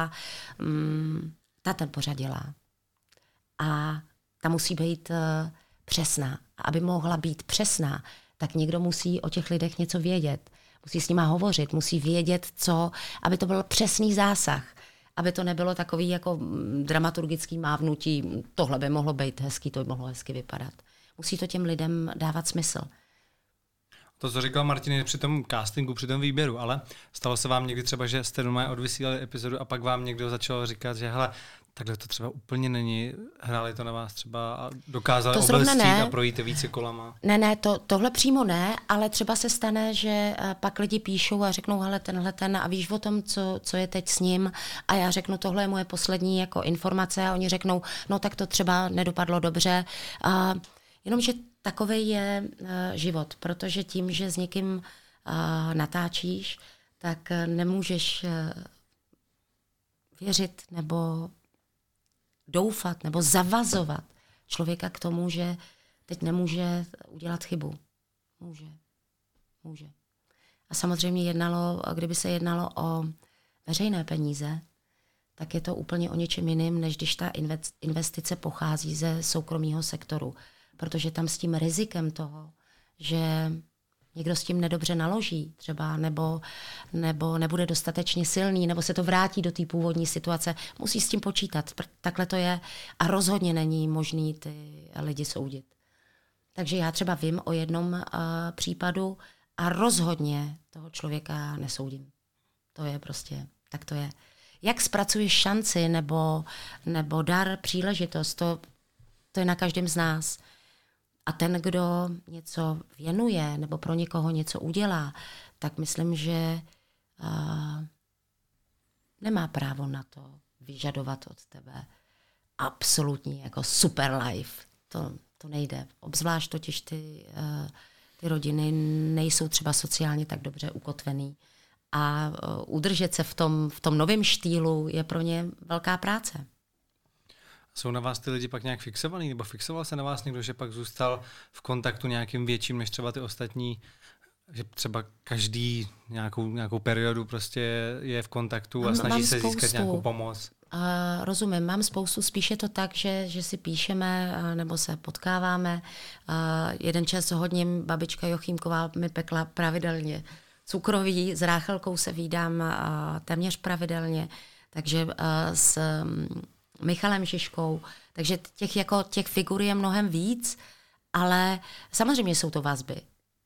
ta ten pořad dělá. A ta musí být přesná. A aby mohla být přesná, tak někdo musí o těch lidech něco vědět. Musí s nima hovořit, musí vědět, aby to byl přesný zásah. Aby to nebylo takový jako dramaturgický mávnutí, tohle by mohlo být hezký, to by mohlo hezky vypadat. Musí to těm lidem dávat smysl. To, co říkal Martin, je při tom castingu, při tom výběru, ale stalo se vám někdy třeba, že jste doma odvysílali epizodu a pak vám někdo začal říkat, že hele, takhle to třeba úplně není, hráli to na vás třeba a dokázali obelstít a projít více kolama? Ne, tohle přímo ne, ale třeba se stane, že pak lidi píšou a řeknou, hele, ten a víš o tom, co je teď s ním a já řeknu, tohle je moje poslední jako informace a oni řeknou, no tak to třeba nedopadlo dobře. Jenomže takovej je život, protože tím, že s někým natáčíš, tak nemůžeš věřit nebo doufat nebo zavazovat člověka k tomu, že teď nemůže udělat chybu. Může. A samozřejmě kdyby se jednalo o veřejné peníze, tak je to úplně o něčem jiném, než když ta investice pochází ze soukromého sektoru. Protože tam s tím rizikem toho, že někdo s tím nedobře naloží třeba, nebo nebude dostatečně silný, nebo se to vrátí do té původní situace, musí s tím počítat. Takhle to je a rozhodně není možný ty lidi soudit. Takže já třeba vím o jednom případu a rozhodně toho člověka nesoudím. To je prostě, tak to je. Jak zpracuješ šanci nebo dar, příležitost, to je na každém z nás. A ten, kdo něco věnuje nebo pro někoho něco udělá, tak myslím, že nemá právo na to vyžadovat od tebe absolutní jako super life. To nejde. Obzvlášť totiž ty rodiny nejsou třeba sociálně tak dobře ukotvený. A udržet se v tom novém štýlu je pro ně velká práce. Jsou na vás ty lidi pak nějak fixovaný? Nebo fixoval se na vás někdo, že pak zůstal v kontaktu nějakým větším než třeba ty ostatní? Že třeba každý nějakou periodu prostě je v kontaktu a snaží se získat nějakou pomoc? Rozumím, mám spoustu. Spíš je to tak, že si píšeme nebo se potkáváme. Jeden čas hodně babička Jochýmková mi pekla pravidelně cukroví, s Ráchelkou se vídám téměř pravidelně, takže s Michalem Žižkou, takže těch figur je mnohem víc, ale samozřejmě jsou to vazby.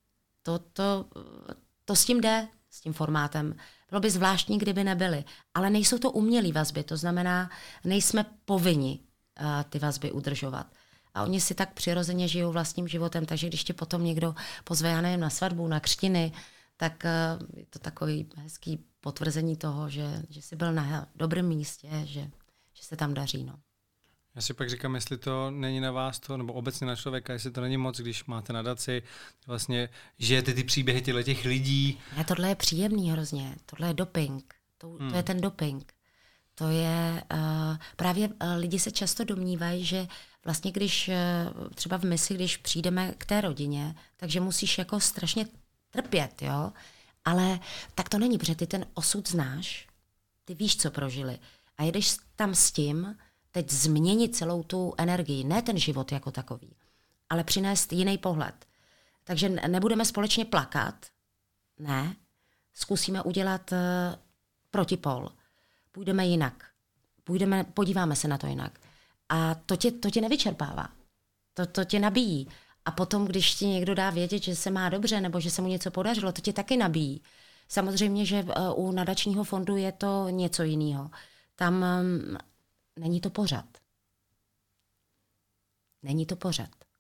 To s tím jde, s tím formátem. Bylo by zvláštní, kdyby nebyly, ale nejsou to umělé vazby, to znamená, nejsme povinni ty vazby udržovat. A oni si tak přirozeně žijou vlastním životem, takže když tě potom někdo pozve, já nevím, na svatbu, na křtiny, tak je to takový hezký potvrzení toho, že jsi byl na dobrém místě, že se tam daří. No. Já si pak říkám, jestli to není na vás, nebo obecně na člověka, jestli to není moc, když máte nadaci, vlastně žijete ty příběhy těch lidí. Tohle je příjemný hrozně, tohle je doping, to je ten doping. To je, právě lidi se často domnívají, že vlastně když třeba v misi, když přijdeme k té rodině, takže musíš jako strašně trpět, jo? Ale tak to není, protože ty ten osud znáš, ty víš, co prožili. A jedeš tam s tím, teď změnit celou tu energii, ne ten život jako takový, ale přinést jiný pohled. Takže nebudeme společně plakat, ne, zkusíme udělat protipol. Půjdeme jinak, podíváme se na to jinak. A to tě nevyčerpává, to tě nabíjí. A potom, když ti někdo dá vědět, že se má dobře nebo že se mu něco podařilo, to tě taky nabíjí. Samozřejmě, že u nadačního fondu je to něco jiného. Tam není to pořad. Není to pořad.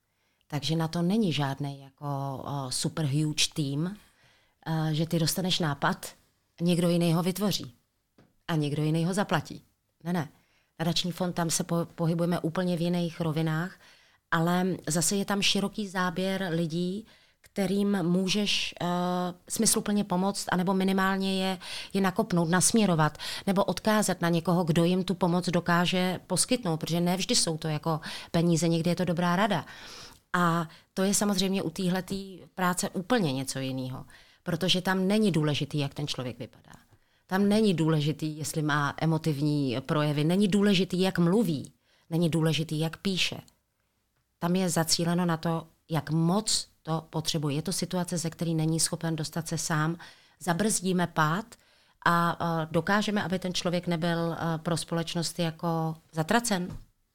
Takže na to není žádný jako super huge tým, že ty dostaneš nápad, někdo jiný ho vytvoří a někdo jiný ho zaplatí. Ne. Nadační fond, tam se pohybujeme úplně v jiných rovinách, ale zase je tam široký záběr lidí, kterým můžeš smysluplně pomoct, anebo minimálně je nakopnout, nasměrovat, nebo odkázat na někoho, kdo jim tu pomoc dokáže poskytnout, protože ne vždy jsou to jako peníze, někdy je to dobrá rada. A to je samozřejmě u téhletý práce úplně něco jiného, protože tam není důležitý, jak ten člověk vypadá. Tam není důležitý, jestli má emotivní projevy, není důležitý, jak mluví, není důležitý, jak píše. Tam je zacíleno na to, jak moc to potřebuje. Je to situace, ze který není schopen dostat se sám. Zabrzdíme pád a dokážeme, aby ten člověk nebyl pro společnost jako zatracen.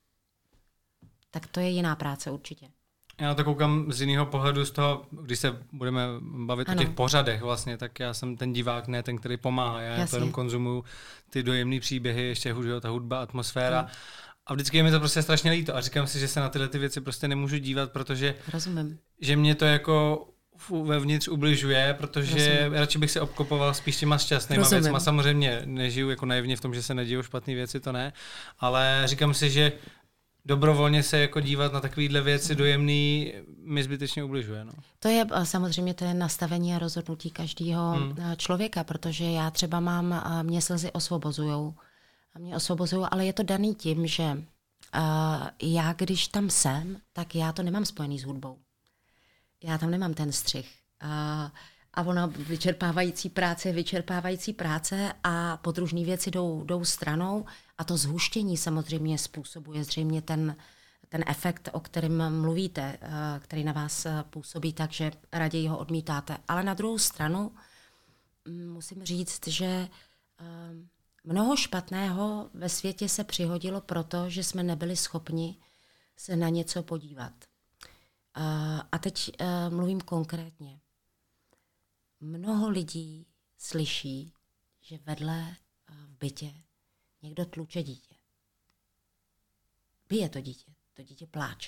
Tak to je jiná práce určitě. Já na to koukám z jiného pohledu, z toho, když se budeme bavit o těch pořadech vlastně, tak já jsem ten divák, ne ten, který pomáhá. Já to jenom konzumuju ty dojemné příběhy, ještě ta hudba, atmosféra. A vždycky je mi to prostě strašně líto a říkám si, že se na tyhle ty věci prostě nemůžu dívat, protože že mě to jako vevnitř ubližuje, protože radši bych se obkopoval spíš těma šťastnýma věcma. Samozřejmě nežiju jako naivně v tom, že se nedějou špatné věci, to ne, ale říkám si, že dobrovolně se jako dívat na takovéhle věci dojemný mi zbytečně ubližuje. No. To je samozřejmě to je nastavení a rozhodnutí každého člověka, protože já třeba mě slzy osvobozujou, ale je to daný tím, že já, když tam jsem, tak já to nemám spojený s hudbou. Já tam nemám ten střih. A ona vyčerpávající práce a podružné věci jdou stranou a to zhuštění samozřejmě způsobuje zřejmě ten efekt, o kterém mluvíte, který na vás působí, takže raději ho odmítáte. Ale na druhou stranu musím říct, že mnoho špatného ve světě se přihodilo proto, že jsme nebyli schopni se na něco podívat. A teď mluvím konkrétně. Mnoho lidí slyší, že vedle v bytě někdo tluče dítě. Bije to dítě pláče.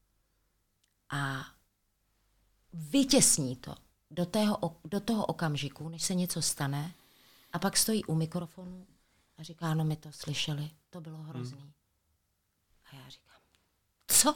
A vytěsní to do toho okamžiku, než se něco stane, a pak stojí u mikrofonu a říká, no my to slyšeli, to bylo hrozný. A já říkám, co?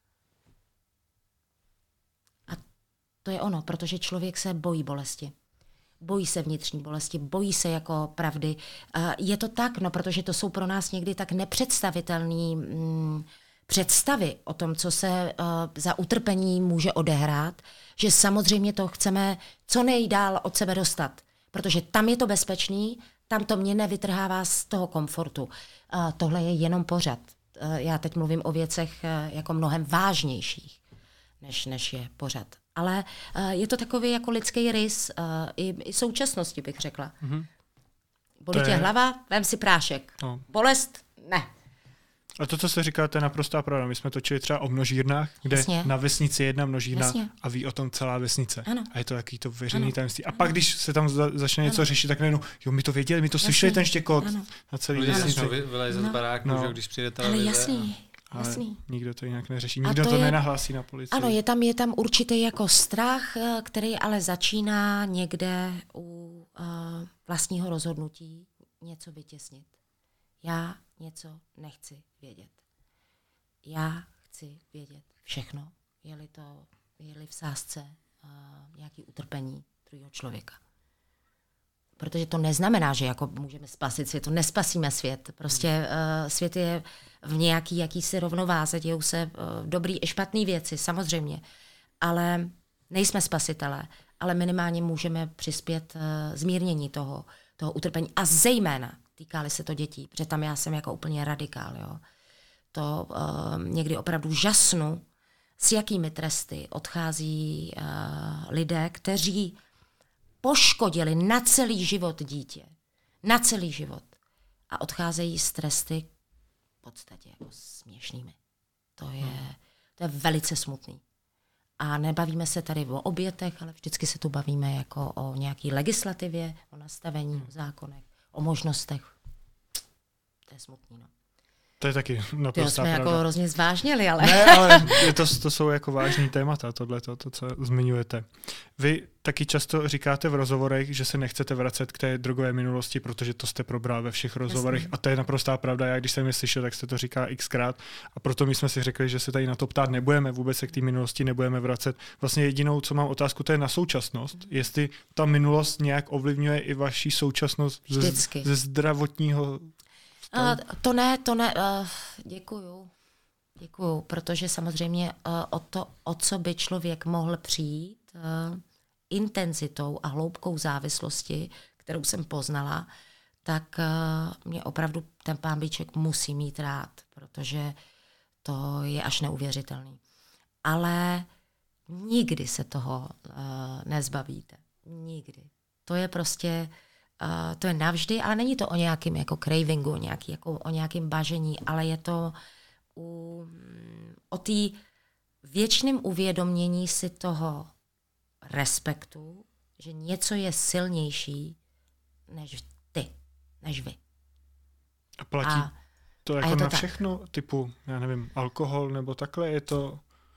A to je ono, protože člověk se bojí bolesti. Bojí se vnitřní bolesti, bojí se jako pravdy. Je to tak, no, protože to jsou pro nás někdy tak nepředstavitelné představy o tom, co se za utrpení může odehrát, že samozřejmě to chceme co nejdál od sebe dostat. Protože tam je to bezpečný, tam to mě nevytrhává z toho komfortu. Tohle je jenom pořad. Já teď mluvím o věcech jako mnohem vážnějších, než je pořad. Ale je to takový jako lidský rys, i současnosti bych řekla. Bolí tě hlava, vem si prášek. No. Bolest? Ne. A to, co jste říkal, to je naprostá pravda. My jsme točili třeba o množírnách, kde na vesnici je jedna množírna a ví o tom celá vesnice. Ano. A je to jaký to veřejný tajemství. A pak, když se tam začne něco řešit, tak nejenom, jo, my to věděli, my to slyšeli ten štěkot na celý vesnici. Vyleze z baráku, že když přijde televize. Ale jasný. Nikdo to jinak neřeší. Nikdo to nenahlásí na policii. Ano, je tam určitý jako strach, který ale začíná někde u vlastního rozhodnutí něco vytěsnit. Já něco nechci vědět. Já chci vědět všechno, je-li v sázce nějaké utrpení druhého člověka. Protože to neznamená, že jako můžeme spasit svět, to nespasíme svět. Prostě svět je v nějaký jakýsi rovnováze, dějou se dobrý i špatný věci, samozřejmě. Ale nejsme spasitelé, ale minimálně můžeme přispět zmírnění toho utrpení. A zejména týká-li se to dětí, protože tam já jsem jako úplně radikál. Jo. To někdy opravdu žasnu, s jakými tresty odchází lidé, kteří poškodili na celý život dítě. Na celý život. A odcházejí s tresty v podstatě jako směšnými. To je velice smutný. A nebavíme se tady o obětech, ale vždycky se tu bavíme jako o nějaké legislativě, o nastavení, o zákonech, o možnostech. To je smutný, no. To je taky naprostá jsme pravda. jako hrozně zvážnili, ale... Ne, ale to jsou jako vážný témata, to, co zmiňujete. Vy taky často říkáte v rozhovorech, že se nechcete vracet k té drogové minulosti, protože to jste probral ve všech rozhovorech. A to je naprostá pravda. Já když jsem je slyšel, tak jste to říká xkrát. A proto my jsme si řekli, že se tady na to ptát nebudeme, vůbec se k té minulosti nebudeme vracet. Vlastně jedinou, co mám otázku, to je na současnost. Jestli ta minulost nějak ovlivňuje i vaši současnost ze zdravotního To ne, děkuju, protože samozřejmě o co by člověk mohl přijít intenzitou a hloubkou závislosti, kterou jsem poznala, tak mě opravdu ten pán Bíček musí mít rád, protože to je až neuvěřitelný. Ale nikdy se toho nezbavíte. Nikdy. To je prostě... to je navždy, ale není to o nějakém jako cravingu, o nějakém bažení, ale je to o té věčném uvědomění si toho respektu, že něco je silnější než ty, než vy. A platí to jako na všechno? Typu, já nevím, alkohol nebo takhle? Je to,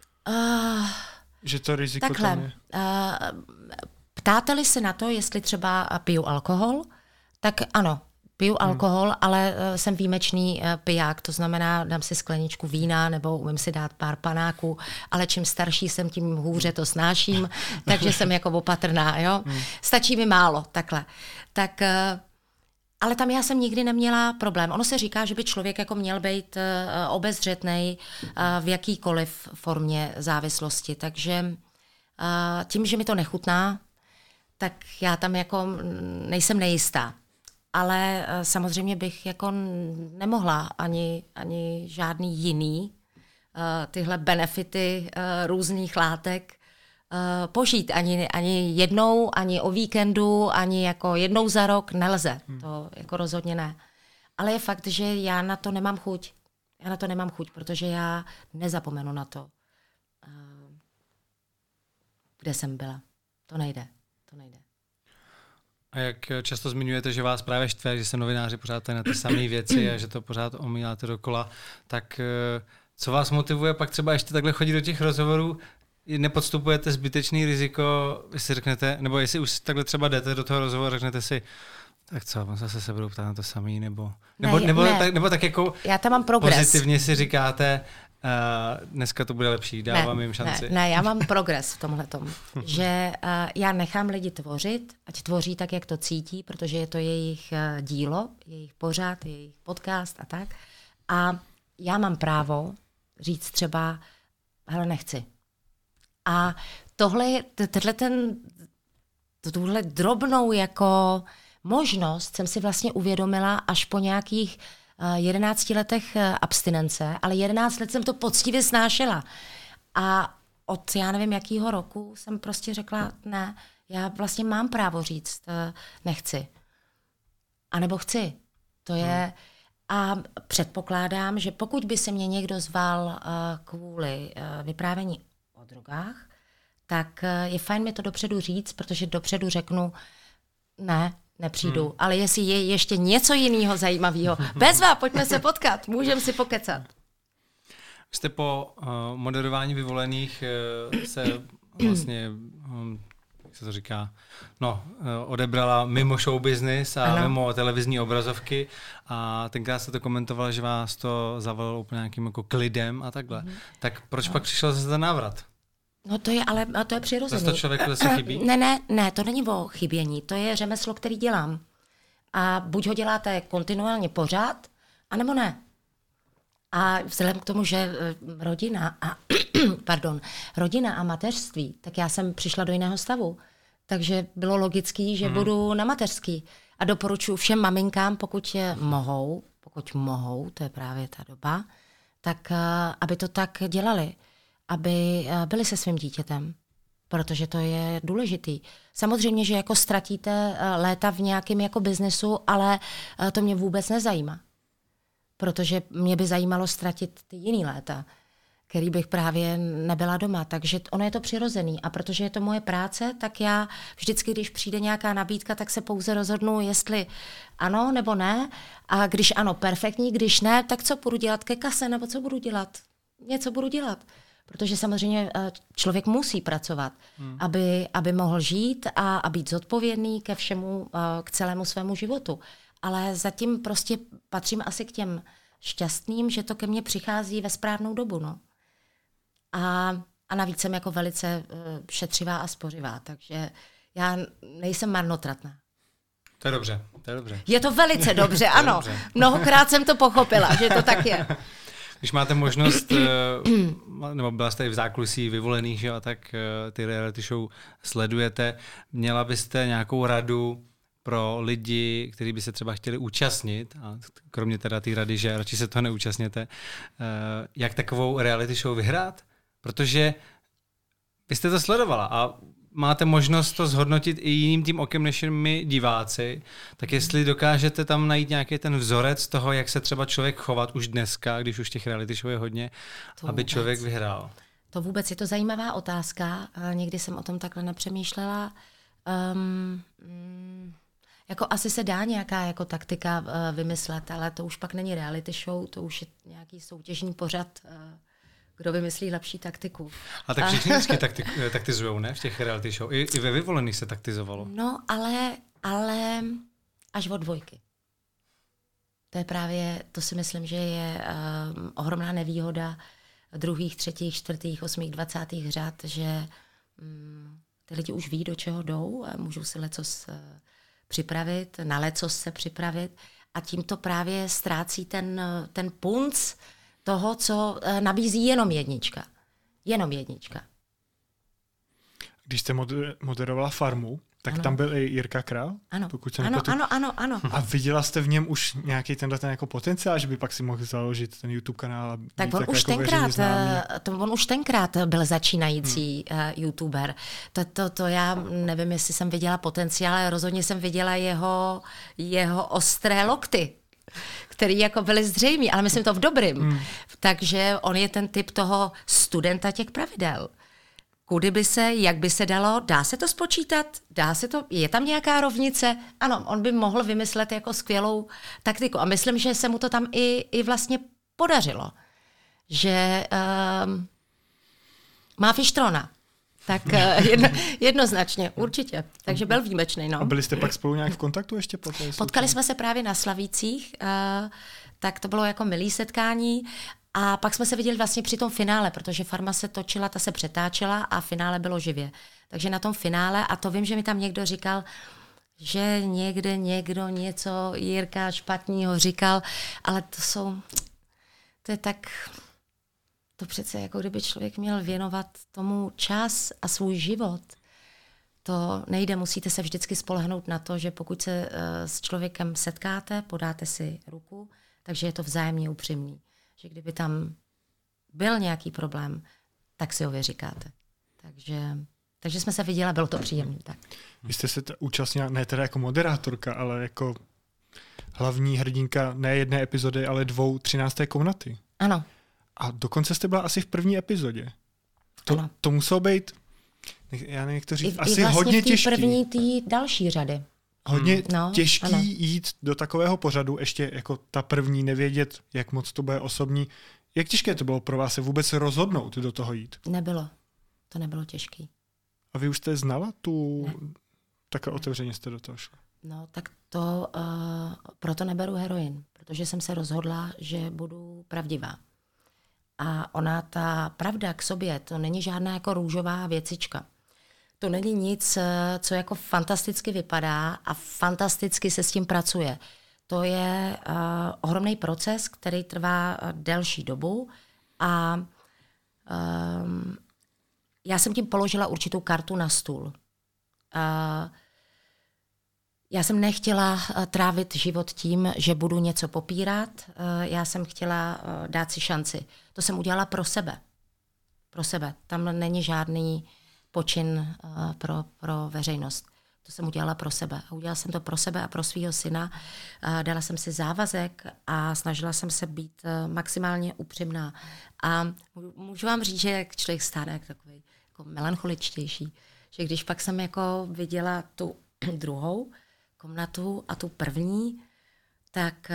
že to riziko takhle, tam je? Ptáte-li se na to, jestli třeba piju alkohol, tak ano, piju alkohol, ale jsem výjimečný piják, to znamená, dám si skleničku vína nebo umím si dát pár panáků, ale čím starší jsem, tím hůře to snáším, takže jsem jako opatrná, jo. Stačí mi málo, takhle. Tak, ale tam já jsem nikdy neměla problém. Ono se říká, že by člověk jako měl být obezřetnej v jakýkoliv formě závislosti, takže tím, že mi to nechutná, tak já tam jako nejsem nejistá. Ale samozřejmě bych jako nemohla ani žádný jiný tyhle benefity různých látek požít. Ani jednou, ani o víkendu, ani jako jednou za rok nelze. To jako rozhodně ne. Ale je fakt, že já na to nemám chuť. Protože já nezapomenu na to, kde jsem byla. To nejde. A jak často zmiňujete, že vás právě štve, že se novináři pořád tady na ty samé věci a že to pořád omíláte dokola, tak co vás motivuje pak třeba ještě takhle chodit do těch rozhovorů? Nepodstupujete zbytečný riziko, jestli řeknete, nebo jestli už takhle třeba jdete do toho rozhovoru, řeknete si, tak co, zase se budou ptát na to samý, nebo tak jako já tam mám progres. Pozitivně si říkáte, dneska to bude lepší, dávám jim šanci. Ne, já mám progres v tomhletom, že já nechám lidi tvořit, ať tvoří tak, jak to cítí, protože je to jejich dílo, jejich pořad, jejich podcast a tak. A já mám právo říct třeba, hele, nechci. A tuhle drobnou jako možnost jsem si vlastně uvědomila až po nějakých 11 letech abstinence, ale 11 let jsem to poctivě snášela. A od já nevím jakýho roku jsem prostě řekla, ne, já vlastně mám právo říct, nechci. A nebo chci. To je... A předpokládám, že pokud by se mě někdo zval kvůli vyprávění o drogách, tak je fajn mi to dopředu říct, protože dopředu řeknu, ne, nepřijdu. Ale jestli je ještě něco jiného zajímavého, bezva, pojďme se potkat, můžeme si pokecat. Vy jste po moderování vyvolených se vlastně, jak se to říká, odebrala mimo show business a mimo televizní obrazovky a tenkrát jste to komentovala, že vás to zavolalo úplně nějakým jako klidem a takhle. Tak proč pak přišel zase ten návrat? No to je přirozený. To člověku zase chybí? Ne, to není o chybění, to je řemeslo, který dělám. A buď ho děláte kontinuálně pořád, anebo ne. A vzhledem k tomu, že rodina a mateřství, tak já jsem přišla do jiného stavu. Takže bylo logický, že budu na mateřský. A doporučuji všem maminkám, pokud mohou, to je právě ta doba, tak aby to tak dělali. Aby byli se svým dítětem, protože to je důležitý. Samozřejmě, že jako ztratíte léta v nějakém jako biznesu, ale to mě vůbec nezajímá. Protože mě by zajímalo ztratit ty jiný léta, který bych právě nebyla doma. Takže ono je to přirozený. A protože je to moje práce, tak já vždycky, když přijde nějaká nabídka, tak se pouze rozhodnu, jestli ano nebo ne. A když ano, perfektní, když ne, tak co budu dělat ke kase, nebo co budu dělat? Něco budu dělat. Protože samozřejmě člověk musí pracovat, aby mohl žít a být zodpovědný ke všemu, k celému svému životu. Ale zatím prostě patřím asi k těm šťastným, že to ke mně přichází ve správnou dobu. No. A navíc jsem jako velice šetřivá a spořivá, takže já nejsem marnotratná. To je dobře, to je dobře. Je to velice dobře, ano. Dobře. Mnohokrát jsem to pochopila, že to tak je. Když máte možnost, nebo byla jste i v zákulisí vyvolených, že, a tak ty reality show sledujete, měla byste nějakou radu pro lidi, kteří by se třeba chtěli účastnit, a kromě teda té rady, že radši se toho neúčastněte, jak takovou reality show vyhrát? Protože vy jste to sledovala a máte možnost to zhodnotit i jiným tím okem než my diváci, tak jestli dokážete tam najít nějaký ten vzorec toho, jak se třeba člověk chovat už dneska, když už těch reality show je hodně, to aby vůbec člověk vyhrál. To vůbec je to zajímavá otázka. Nikdy jsem o tom takhle nepřemýšlela. Jako asi se dá nějaká jako taktika vymyslet, ale to už pak není reality show, to už je nějaký soutěžní pořad, kdo vymyslí lepší taktiku. A tak všichni vždycky taktizujou, ne? V těch reality show. I ve vyvolených se taktizovalo. No, ale až od dvojky. To je právě, to si myslím, že je ohromná nevýhoda druhých, třetích, čtvrtých, 8., 20. řad, že ty lidi už ví, do čeho jdou a můžou si lecos připravit, na lecos se připravit a tím to právě ztrácí ten punc toho, co nabízí jenom jednička. Jenom jednička. Když jste moderovala Farmu, tak ano. Tam byl i Jirka Král? Ano, pokud ano. A viděla jste v něm už nějaký ten jako potenciál, že by pak si mohl založit ten YouTube kanál a tak on už tenkrát byl začínající YouTuber. To já nevím, jestli jsem viděla potenciál, ale rozhodně jsem viděla jeho ostré lokty, který jako byly zřejmý, ale myslím to v dobrým. Takže on je ten typ toho studenta těch pravidel. Kudy by se, jak by se dalo, dá se to spočítat, je tam nějaká rovnice? Ano, on by mohl vymyslet jako skvělou taktiku a myslím, že se mu to tam i vlastně podařilo. Že má fištrona. Tak jednoznačně, určitě. Takže byl výjimečný. No. A byli jste pak spolu nějak v kontaktu ještě? Potkali jsme se právě na Slavících, tak to bylo jako milý setkání. A pak jsme se viděli vlastně při tom finále, protože Farma se točila, ta se přetáčela a finále bylo živě. Takže na tom finále, a to vím, že mi tam někdo říkal, že někde někdo něco Jirka špatného říkal, ale to je tak, to přece jako kdyby člověk měl věnovat tomu čas a svůj život. To nejde, musíte se vždycky spolehnout na to, že pokud se s člověkem setkáte, podáte si ruku, takže je to vzájemně upřímný. Že kdyby tam byl nějaký problém, tak si ho vyříkáte. Takže jsme se viděli, bylo to příjemné. Tak. Vy jste se účastnila, ne teda jako moderátorka, ale jako hlavní hrdinka ne jedné epizody, ale 2 13. komnaty. Ano. A dokonce jste byla asi v první epizodě. To muselo být, já nevím, jak to říct, asi vlastně hodně těžký. První, té další řady. Hodně těžký jít do takového pořadu, ještě jako ta první, nevědět, jak moc to bude osobní. Jak těžké to bylo pro vás se vůbec rozhodnout do toho jít? Nebylo. To nebylo těžký. A vy už jste znala tu... Také otevřeně jste do toho šla? No, tak to... proto neberu heroin, protože jsem se rozhodla, že budu pravdivá. A ona, ta pravda k sobě, to není žádná jako růžová věcička. To není nic, co jako fantasticky vypadá a fantasticky se s tím pracuje. To je ohromný proces, který trvá delší dobu a já jsem tím položila určitou kartu na stůl. Já jsem nechtěla trávit život tím, že budu něco popírat. Já jsem chtěla dát si šanci. To jsem udělala pro sebe. Pro sebe. Tam není žádný počin pro veřejnost. To jsem udělala pro sebe. A udělala jsem to pro sebe a pro svého syna. Dala jsem si závazek a snažila jsem se být maximálně upřímná. A můžu vám říct, že jak člověk stane jak takový jako melancholičtější, že když pak jsem jako viděla tu druhou komnatu a tu první, tak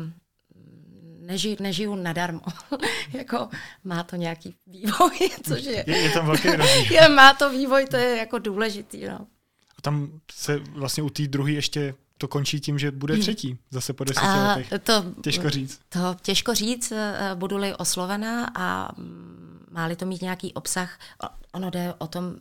nežiju nadarmo. Jako má to nějaký vývoj, což je tam velký rozdíl. Má to vývoj, to je jako důležitý. No. A tam se vlastně u té druhé ještě to končí tím, že bude třetí, zase po 10 letech. Těžko říct. To těžko říct, budu-li oslovená a má-li to mít nějaký obsah, ono jde o tom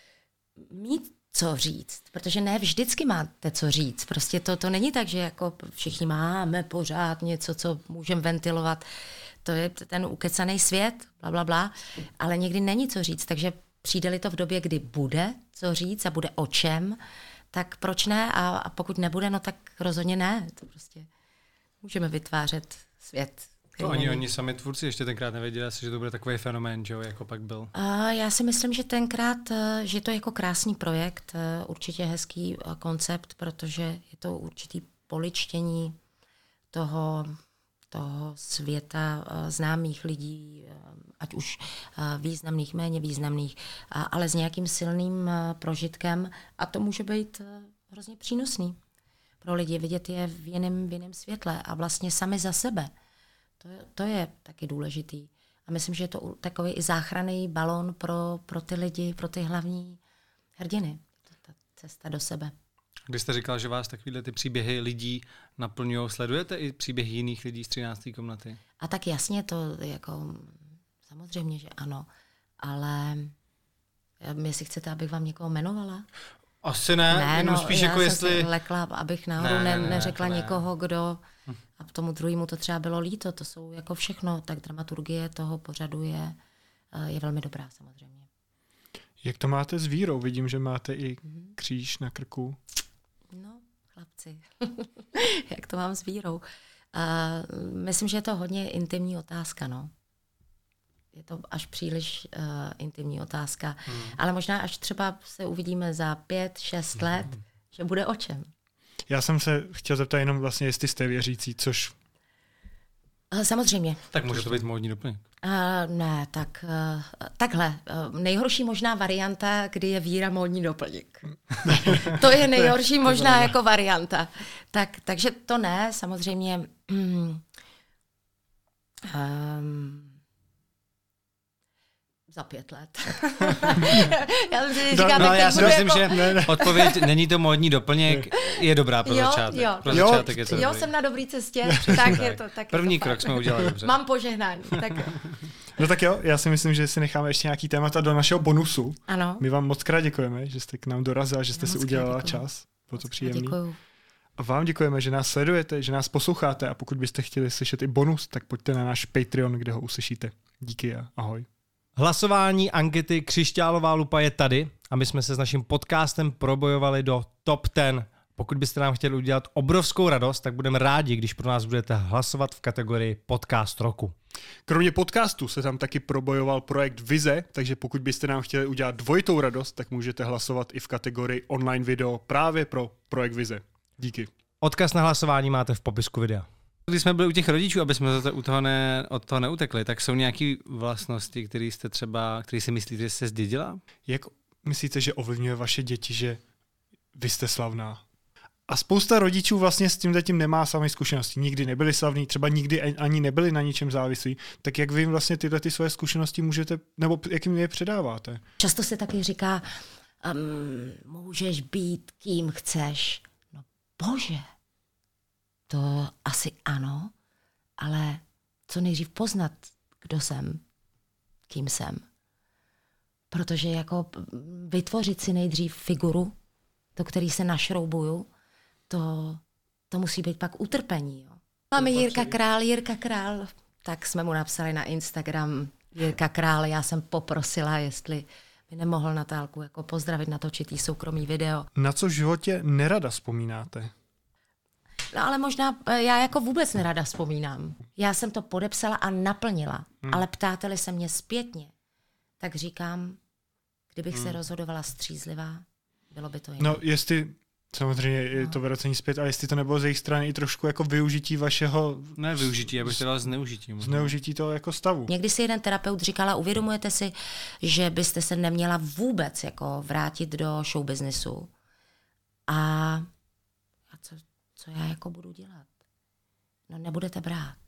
mít co říct, protože ne vždycky máte co říct. Prostě to není tak, že jako všichni máme pořád něco, co můžeme ventilovat. To je ten ukecaný svět, blablabla, ale někdy není co říct, takže přijde-li to v době, kdy bude co říct a bude o čem, tak proč ne? A pokud nebude, no tak rozhodně ne. To prostě můžeme vytvářet svět. Oni sami tvůrci ještě tenkrát nevěděli, že to bude takový fenomén, že jo, jako pak byl. Já si myslím, že tenkrát, že to je jako krásný projekt, určitě hezký koncept, protože je to určitý poličtění toho světa známých lidí, ať už významných, méně významných, ale s nějakým silným prožitkem a to může být hrozně přínosný pro lidi, vidět je v jiném světle a vlastně sami za sebe. To je taky důležitý. A myslím, že je to takový i záchranný balón pro ty lidi, pro ty hlavní hrdiny. Ta cesta do sebe. Když jste říkal, že vás takovýhle ty příběhy lidí naplňují, sledujete i příběhy jiných lidí z 13. komnaty? A tak jasně to jako samozřejmě, že ano. Ale jestli chcete, abych vám někoho jmenovala? Asi ne, jenom spíš jako jestli... Já lekla, abych náhodou neřekla někoho, kdo... A tomu druhému to třeba bylo líto, to jsou jako všechno, tak dramaturgie toho pořadu je velmi dobrá samozřejmě. Jak to máte s vírou? Vidím, že máte i kříž na krku. No, chlapci, jak to mám s vírou? Myslím, že je to hodně intimní otázka, no. Je to až příliš intimní otázka, ale možná až třeba se uvidíme za 5-6 let, že bude o čem. Já jsem se chtěl zeptat jenom vlastně, jestli jste věřící, což... Samozřejmě. Tak může to být módní doplněk. Ne, tak takhle. Nejhorší možná varianta, kdy je víra módní doplněk. To je nejhorší možná jako varianta. Takže to ne, samozřejmě... za 5 let. Já si myslím, že odpověď není to módní doplněk, je dobrá pro začátek. Pro začátek je to dobrý. Jsem na dobré cestě, tak je to tak. První krok jsme udělali dobře. Mám požehnání. Tak. No tak jo, já si myslím, že si necháme ještě nějaký témata do našeho bonusu. Ano. My vám moc krát děkujeme, že jste k nám dorazila, že jste si udělala čas. Bylo to příjemný. Děkuju. A vám děkujeme, že nás sledujete, že nás posloucháte a pokud byste chtěli slyšet i bonus, tak pojďte na náš Patreon, kde ho uslyšíte. Díky a ahoj. Hlasování ankety Křišťálová lupa je tady a my jsme se s naším podcastem probojovali do top 10. Pokud byste nám chtěli udělat obrovskou radost, tak budeme rádi, když pro nás budete hlasovat v kategorii Podcast roku. Kromě podcastu se tam taky probojoval projekt Vize, takže pokud byste nám chtěli udělat dvojitou radost, tak můžete hlasovat i v kategorii online video právě pro projekt Vize. Díky. Odkaz na hlasování máte v popisku videa. Když jsme byli u těch rodičů, aby jsme od toho neutekli, tak jsou nějaké vlastnosti, které si myslíte, že se zdědila? Jak myslíte, že ovlivňuje vaše děti, že vy jste slavná? A spousta rodičů vlastně s tím nemá samé zkušenosti. Nikdy nebyli slavní, třeba nikdy ani nebyli na ničem závislí. Tak jak vy jim vlastně tyhle své zkušenosti můžete, nebo jak jim je předáváte? Často se taky říká, můžeš být kým chceš. No bože, to asi ano, ale co nejdřív poznat, kdo jsem, kým jsem. Protože jako vytvořit si nejdřív figuru, do který se našroubuju, to musí být pak utrpení. Jo. Máme Jirka Král, tak jsme mu napsali na Instagram Jirka Král, já jsem poprosila, jestli by nemohl Natálku jako pozdravit, natočit jí soukromý video. Na co v životě nerada vzpomínáte? No ale možná já jako vůbec nerada vzpomínám. Já jsem to podepsala a naplnila, ale ptáte-li se mě zpětně, tak říkám, kdybych se rozhodovala střízlivá, Bylo by to jinak. No, jestli, samozřejmě je to vracení zpět, ale jestli to nebylo z jejich strany i trošku jako využití vašeho... Ne využití, já bych to dal zneužití. Zneužití toho jako stavu. Někdy si jeden terapeut říkala, uvědomujete si, že byste se neměla vůbec jako vrátit do show businessu. A co já jako budu dělat? No nebudete brát.